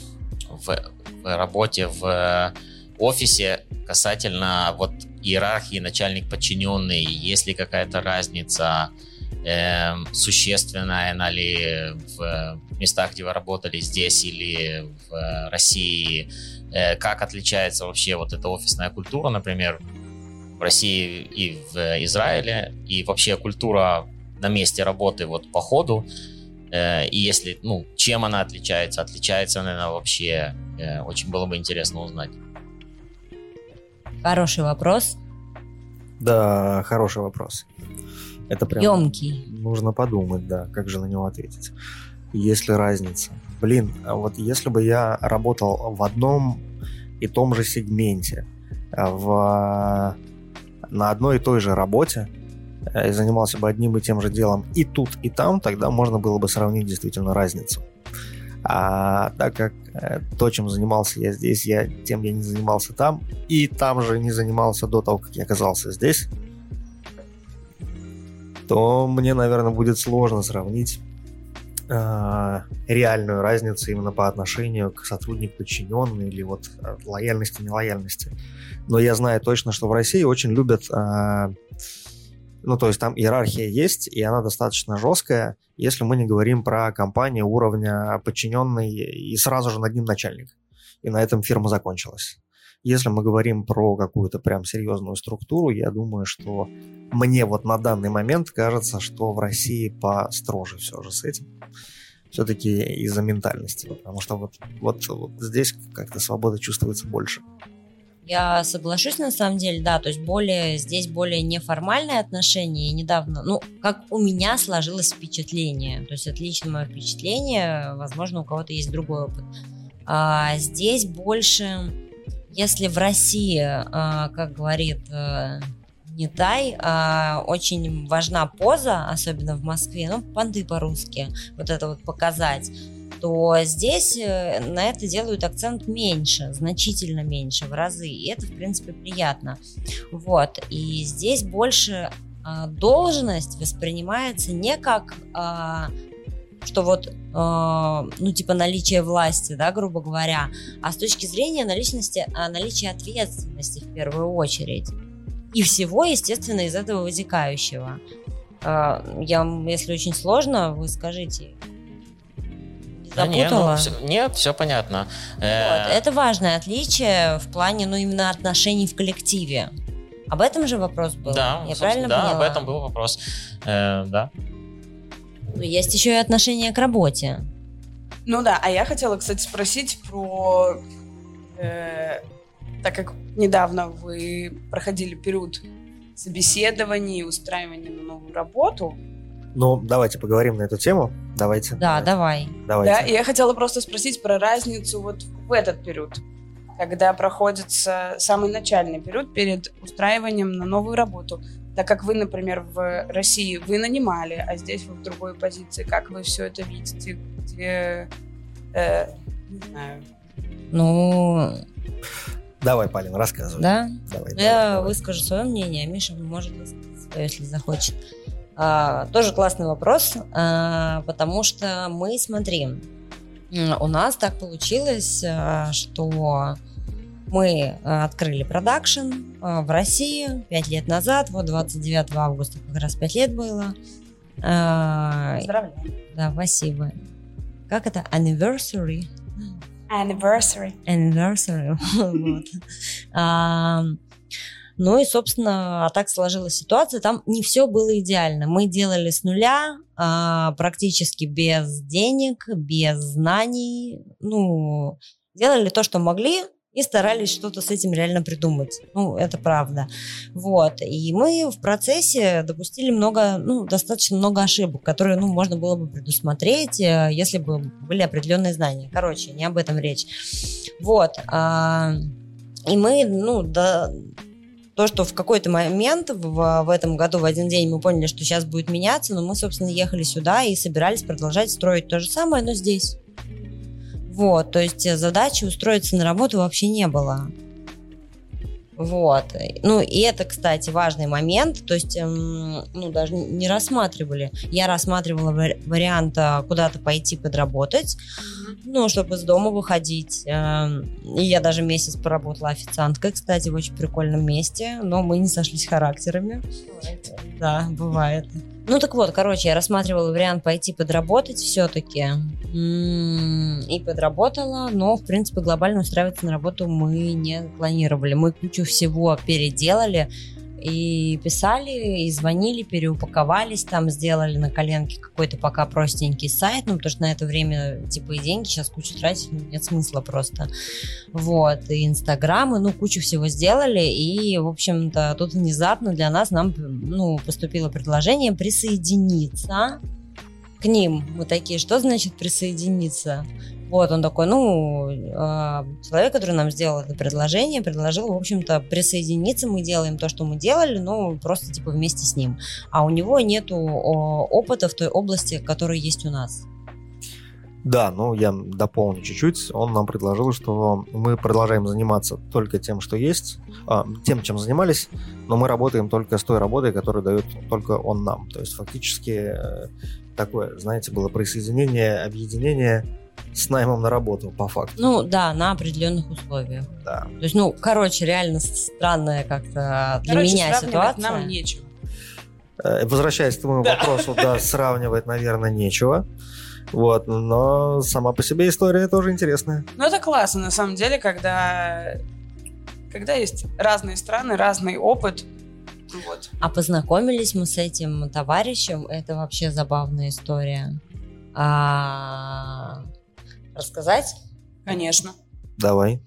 [SPEAKER 3] работе в офисе касательно вот иерархии начальник-подчиненный. Есть ли какая-то разница существенная она ли в местах, где вы работали, здесь или в России? Как отличается вообще вот эта офисная культура, например, в России и в Израиле, и вообще культура на месте работы вот по ходу, и если, чем она отличается, наверное, вообще, очень было бы интересно узнать.
[SPEAKER 1] Хороший вопрос.
[SPEAKER 2] Да, хороший вопрос. Это прям
[SPEAKER 1] Ёмкий.
[SPEAKER 2] нужно подумать, да, как же на него ответить. Есть ли разница? А вот если бы я работал в одном и том же сегменте, на одной и той же работе, и занимался бы одним и тем же делом и тут, и там, тогда можно было бы сравнить действительно разницу. А так как то, чем занимался я здесь, тем я не занимался там, и там же не занимался до того, как я оказался здесь, то мне, наверное, будет сложно сравнить реальную разницу именно по отношению к сотруднику-подчиненному или вот лояльности, нелояльности. Но я знаю точно, что в России очень любят... то есть там иерархия есть, и она достаточно жесткая, если мы не говорим про компанию уровня подчиненный и сразу же над ним начальник. И на этом фирма закончилась. Если мы говорим про какую-то прям серьезную структуру, я думаю, что мне вот на данный момент кажется, что в России построже все же с этим. Все-таки из-за ментальности, потому что вот здесь как-то свобода чувствуется больше.
[SPEAKER 1] Я соглашусь, на самом деле, да, то есть здесь более неформальные отношения, и недавно, как у меня сложилось впечатление, то есть это лично мое впечатление, возможно, у кого-то есть другой опыт. Здесь больше, если в России, как говорит Нитай, очень важна поза, особенно в Москве, понты по-русски, вот это вот показать, то здесь на это делают акцент меньше, значительно меньше, в разы, и это, в принципе, приятно. Вот, и здесь больше должность воспринимается не как, что вот, наличие власти, да, грубо говоря, а с точки зрения наличия ответственности в первую очередь. И всего, естественно, из этого вытекающего. Если очень сложно, вы скажите. Запутала?
[SPEAKER 3] Нет, все понятно.
[SPEAKER 1] Это важное отличие в плане, именно отношений в коллективе. Об этом же вопрос был?
[SPEAKER 3] Да,
[SPEAKER 1] я правильно поняла?
[SPEAKER 3] Об этом был вопрос. Да.
[SPEAKER 1] Есть еще и отношение к работе.
[SPEAKER 4] А я хотела, кстати, спросить про... так как недавно вы проходили период собеседований и устраивания на новую работу.
[SPEAKER 2] Давайте поговорим на эту тему. Давайте.
[SPEAKER 1] Да, давай.
[SPEAKER 2] Давайте.
[SPEAKER 4] Да, и я хотела просто спросить про разницу вот в этот период, когда проходится самый начальный период перед устраиванием на новую работу. Так как вы, например, в России вы нанимали, а здесь вы в другой позиции. Как вы все это видите? Где... не знаю.
[SPEAKER 2] Давай, Полин, рассказывай.
[SPEAKER 1] Да?
[SPEAKER 2] Давай.
[SPEAKER 1] Выскажу свое мнение, а Миша может высказать свое, если захочет. Тоже классный вопрос, потому что мы, смотри, у нас так получилось, что мы открыли продакшн в России 5 лет назад, 29 августа как раз 5 лет было.
[SPEAKER 4] Поздравляю.
[SPEAKER 1] Да, спасибо. Как это? Anniversary. Вот. И, собственно, так сложилась ситуация. Там не все было идеально. Мы делали с нуля, практически без денег, без знаний. Делали то, что могли, и старались что-то с этим реально придумать. Это правда. Вот. И мы в процессе допустили достаточно много ошибок, которые, можно было бы предусмотреть, если бы были определенные знания. Короче, не об этом речь. Вот. И мы, То, что в какой-то момент в этом году в один день мы поняли, что сейчас будет меняться, но мы, собственно, ехали сюда и собирались продолжать строить то же самое, но здесь. Вот, то есть задачи устроиться на работу вообще не было. Вот. Ну, и это, кстати, важный момент. То есть, даже не рассматривали. Я рассматривала вариант куда-то пойти подработать, чтобы из дома выходить. И я даже месяц поработала официанткой, кстати, в очень прикольном месте, но мы не сошлись характерами.
[SPEAKER 4] Бывает.
[SPEAKER 1] Да, бывает. Ну, так вот, я рассматривала вариант пойти подработать все-таки. И подработала, но, в принципе, глобально устраиваться на работу мы не планировали. Мы кучу всего переделали и писали, и звонили, переупаковались, там сделали на коленке какой-то пока простенький сайт, потому что на это время, и деньги сейчас кучу тратить, нет смысла просто. Вот, и инстаграмы, кучу всего сделали, и, в общем-то, тут внезапно для нас, нам, поступило предложение присоединиться к ним. Мы такие, что значит присоединиться? Вот, он такой, человек, который нам сделал это предложение, предложил, в общем-то, присоединиться, мы делаем то, что мы делали, просто, вместе с ним. А у него нету опыта в той области, которая есть у нас.
[SPEAKER 2] Да, я дополню чуть-чуть. Он нам предложил, что мы продолжаем заниматься только тем, что есть, тем, чем занимались, но мы работаем только с той работой, которую дает только он нам. То есть, фактически, такое, знаете, было присоединение, объединение с наймом на работу, по факту.
[SPEAKER 1] На определенных условиях.
[SPEAKER 2] Да.
[SPEAKER 1] То есть, реально странная как-то для меня ситуация.
[SPEAKER 4] Нам нечего.
[SPEAKER 2] Возвращаясь к твоему вопросу, сравнивать, наверное, нечего. Вот, но сама по себе история тоже интересная.
[SPEAKER 4] Это классно, на самом деле, когда есть разные страны, разный опыт. Вот.
[SPEAKER 1] А познакомились мы с этим товарищем, это вообще забавная история. Рассказать?
[SPEAKER 4] Конечно.
[SPEAKER 2] Давай.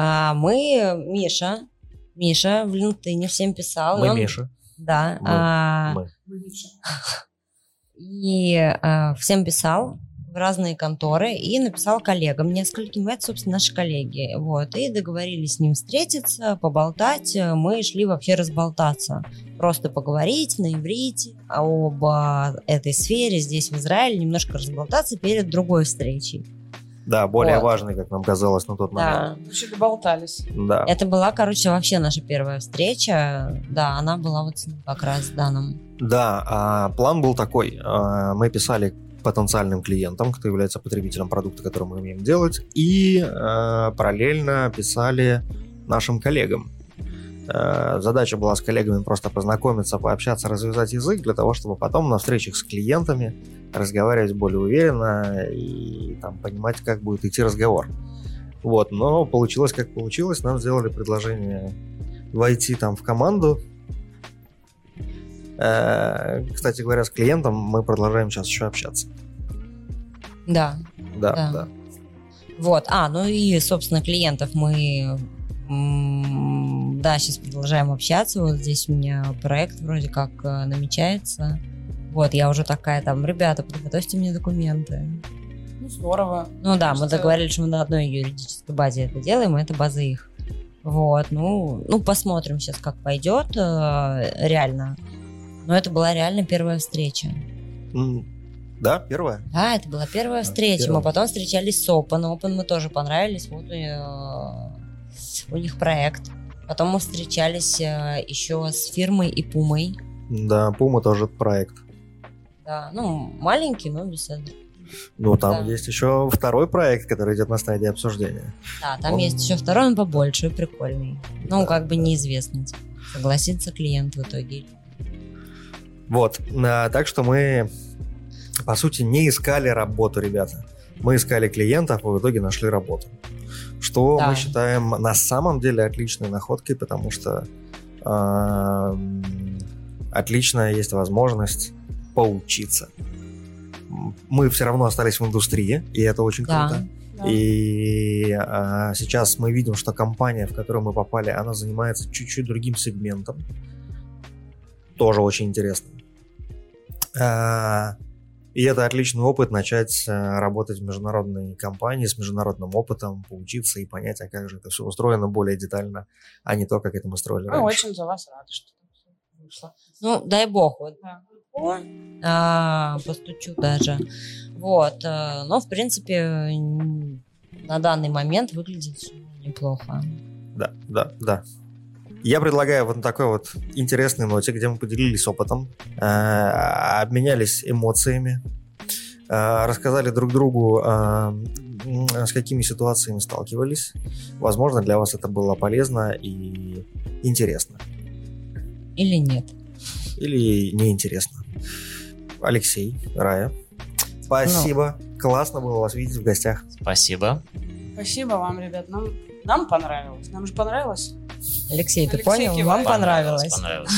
[SPEAKER 1] Миша в LinkedIn всем писал.
[SPEAKER 2] Миша.
[SPEAKER 1] Да.
[SPEAKER 2] Мы.
[SPEAKER 1] И всем писал в разные конторы и написал коллегам нескольким, это, собственно, наши коллеги. Вот, и договорились с ним встретиться, поболтать. Мы шли вообще разболтаться. Просто поговорить на иврите об этой сфере здесь, в Израиле, немножко разболтаться перед другой встречей.
[SPEAKER 2] Да, более важный, как нам казалось на тот момент.
[SPEAKER 4] Вообще доболтались.
[SPEAKER 2] Да.
[SPEAKER 1] Это была, вообще наша первая встреча. Да, она была вот с ним как раз с Даном.
[SPEAKER 2] Да, план был такой. Мы писали потенциальным клиентам, кто является потребителем продукта, который мы умеем делать, и параллельно писали нашим коллегам. Задача была с коллегами просто познакомиться, пообщаться, развязать язык для того, чтобы потом на встречах с клиентами разговаривать более уверенно и понимать, как будет идти разговор. Вот, но получилось как получилось. Нам сделали предложение войти в команду. Кстати говоря, с клиентом мы продолжаем сейчас еще общаться.
[SPEAKER 1] Да.
[SPEAKER 2] Да.
[SPEAKER 1] Вот, и, собственно, клиентов мы сейчас продолжаем общаться. Вот здесь у меня проект вроде как намечается. Вот, я уже такая ребята, подготовьте мне документы.
[SPEAKER 4] Здорово.
[SPEAKER 1] Мы договорились, что мы на одной юридической базе это делаем, и это база их. Вот, посмотрим сейчас, как пойдет реально. Но это была реально первая встреча.
[SPEAKER 2] Да, первая?
[SPEAKER 1] Да, это была первая встреча.
[SPEAKER 2] Первая.
[SPEAKER 1] Мы потом встречались с Open. Open мы тоже понравились. Вот у них проект. Потом мы встречались еще с фирмой и Пумой.
[SPEAKER 2] Да, Пума тоже проект.
[SPEAKER 1] Да, маленький, но беседа.
[SPEAKER 2] Там есть еще второй проект, который идет на стадии обсуждения.
[SPEAKER 1] Да, там есть еще второй, он побольше и прикольный. Неизвестно, согласится клиент в итоге.
[SPEAKER 2] Вот, так что мы, по сути, не искали работу, ребята. Мы искали клиентов, и в итоге нашли работу. Что мы считаем на самом деле отличной находкой, потому что отличная есть возможность поучиться. Мы все равно остались в индустрии, и это очень круто.
[SPEAKER 4] Да.
[SPEAKER 2] И сейчас мы видим, что компания, в которую мы попали, она занимается чуть-чуть другим сегментом. Тоже очень интересно. И это отличный опыт начать работать в международной компании с международным опытом, поучиться и понять, а как же это все устроено более детально, а не то, как это мы строили
[SPEAKER 4] Мы
[SPEAKER 2] раньше.
[SPEAKER 4] очень за вас рады, что так всё вышло.
[SPEAKER 1] Ну, дай бог, вот.
[SPEAKER 4] Да.
[SPEAKER 1] Постучу даже. Вот. Но, в принципе, на данный момент выглядит всё неплохо.
[SPEAKER 2] Да. Я предлагаю вот на такой вот интересной ноте, где мы поделились опытом, обменялись эмоциями, рассказали друг другу, с какими ситуациями сталкивались. Возможно, для вас это было полезно и интересно.
[SPEAKER 1] Или нет.
[SPEAKER 2] Или неинтересно. Алексей, Рая, спасибо. Классно было вас видеть в гостях.
[SPEAKER 3] Спасибо.
[SPEAKER 4] Спасибо вам, ребят. Нам понравилось. Нам же понравилось.
[SPEAKER 1] Алексей, ты
[SPEAKER 4] Алексей
[SPEAKER 1] понял?
[SPEAKER 4] кивает.
[SPEAKER 1] Вам понравилось?
[SPEAKER 3] Понравилось.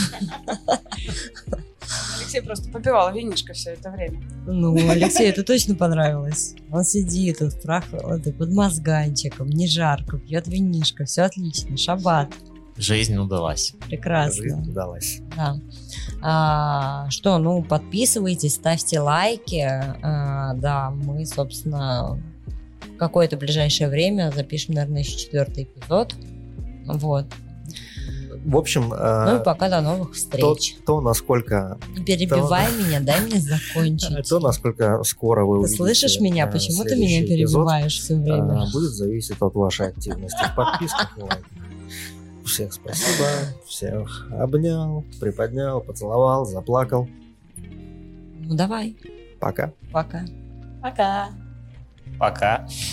[SPEAKER 4] Алексей просто попивал винишко все это время.
[SPEAKER 1] Ну, Алексею это точно понравилось. Он сидит тут в прохладе, под мозганчиком, не жарко, пьет винишко, все отлично, шаббат.
[SPEAKER 3] Жизнь удалась.
[SPEAKER 1] Прекрасно.
[SPEAKER 2] Жизнь удалась.
[SPEAKER 1] Да. Что, ну, подписывайтесь, ставьте лайки. Да, мы, собственно, в какое-то ближайшее время запишем, наверное, еще 4-й эпизод. Вот.
[SPEAKER 2] В общем,
[SPEAKER 1] Ну и пока до новых встреч.
[SPEAKER 2] то насколько...
[SPEAKER 1] Не перебивай меня, дай мне закончить.
[SPEAKER 2] То, насколько скоро вы
[SPEAKER 1] Ты
[SPEAKER 2] увидите,
[SPEAKER 1] слышишь меня? Почему ты меня
[SPEAKER 2] следующий эпизод,
[SPEAKER 1] перебиваешь все время?
[SPEAKER 2] будет зависеть от вашей активности в подписках и лайках. Всех спасибо, всех обнял, приподнял, поцеловал, заплакал.
[SPEAKER 1] Ну давай,
[SPEAKER 2] Пока.
[SPEAKER 1] пока.
[SPEAKER 4] Пока.
[SPEAKER 3] Пока.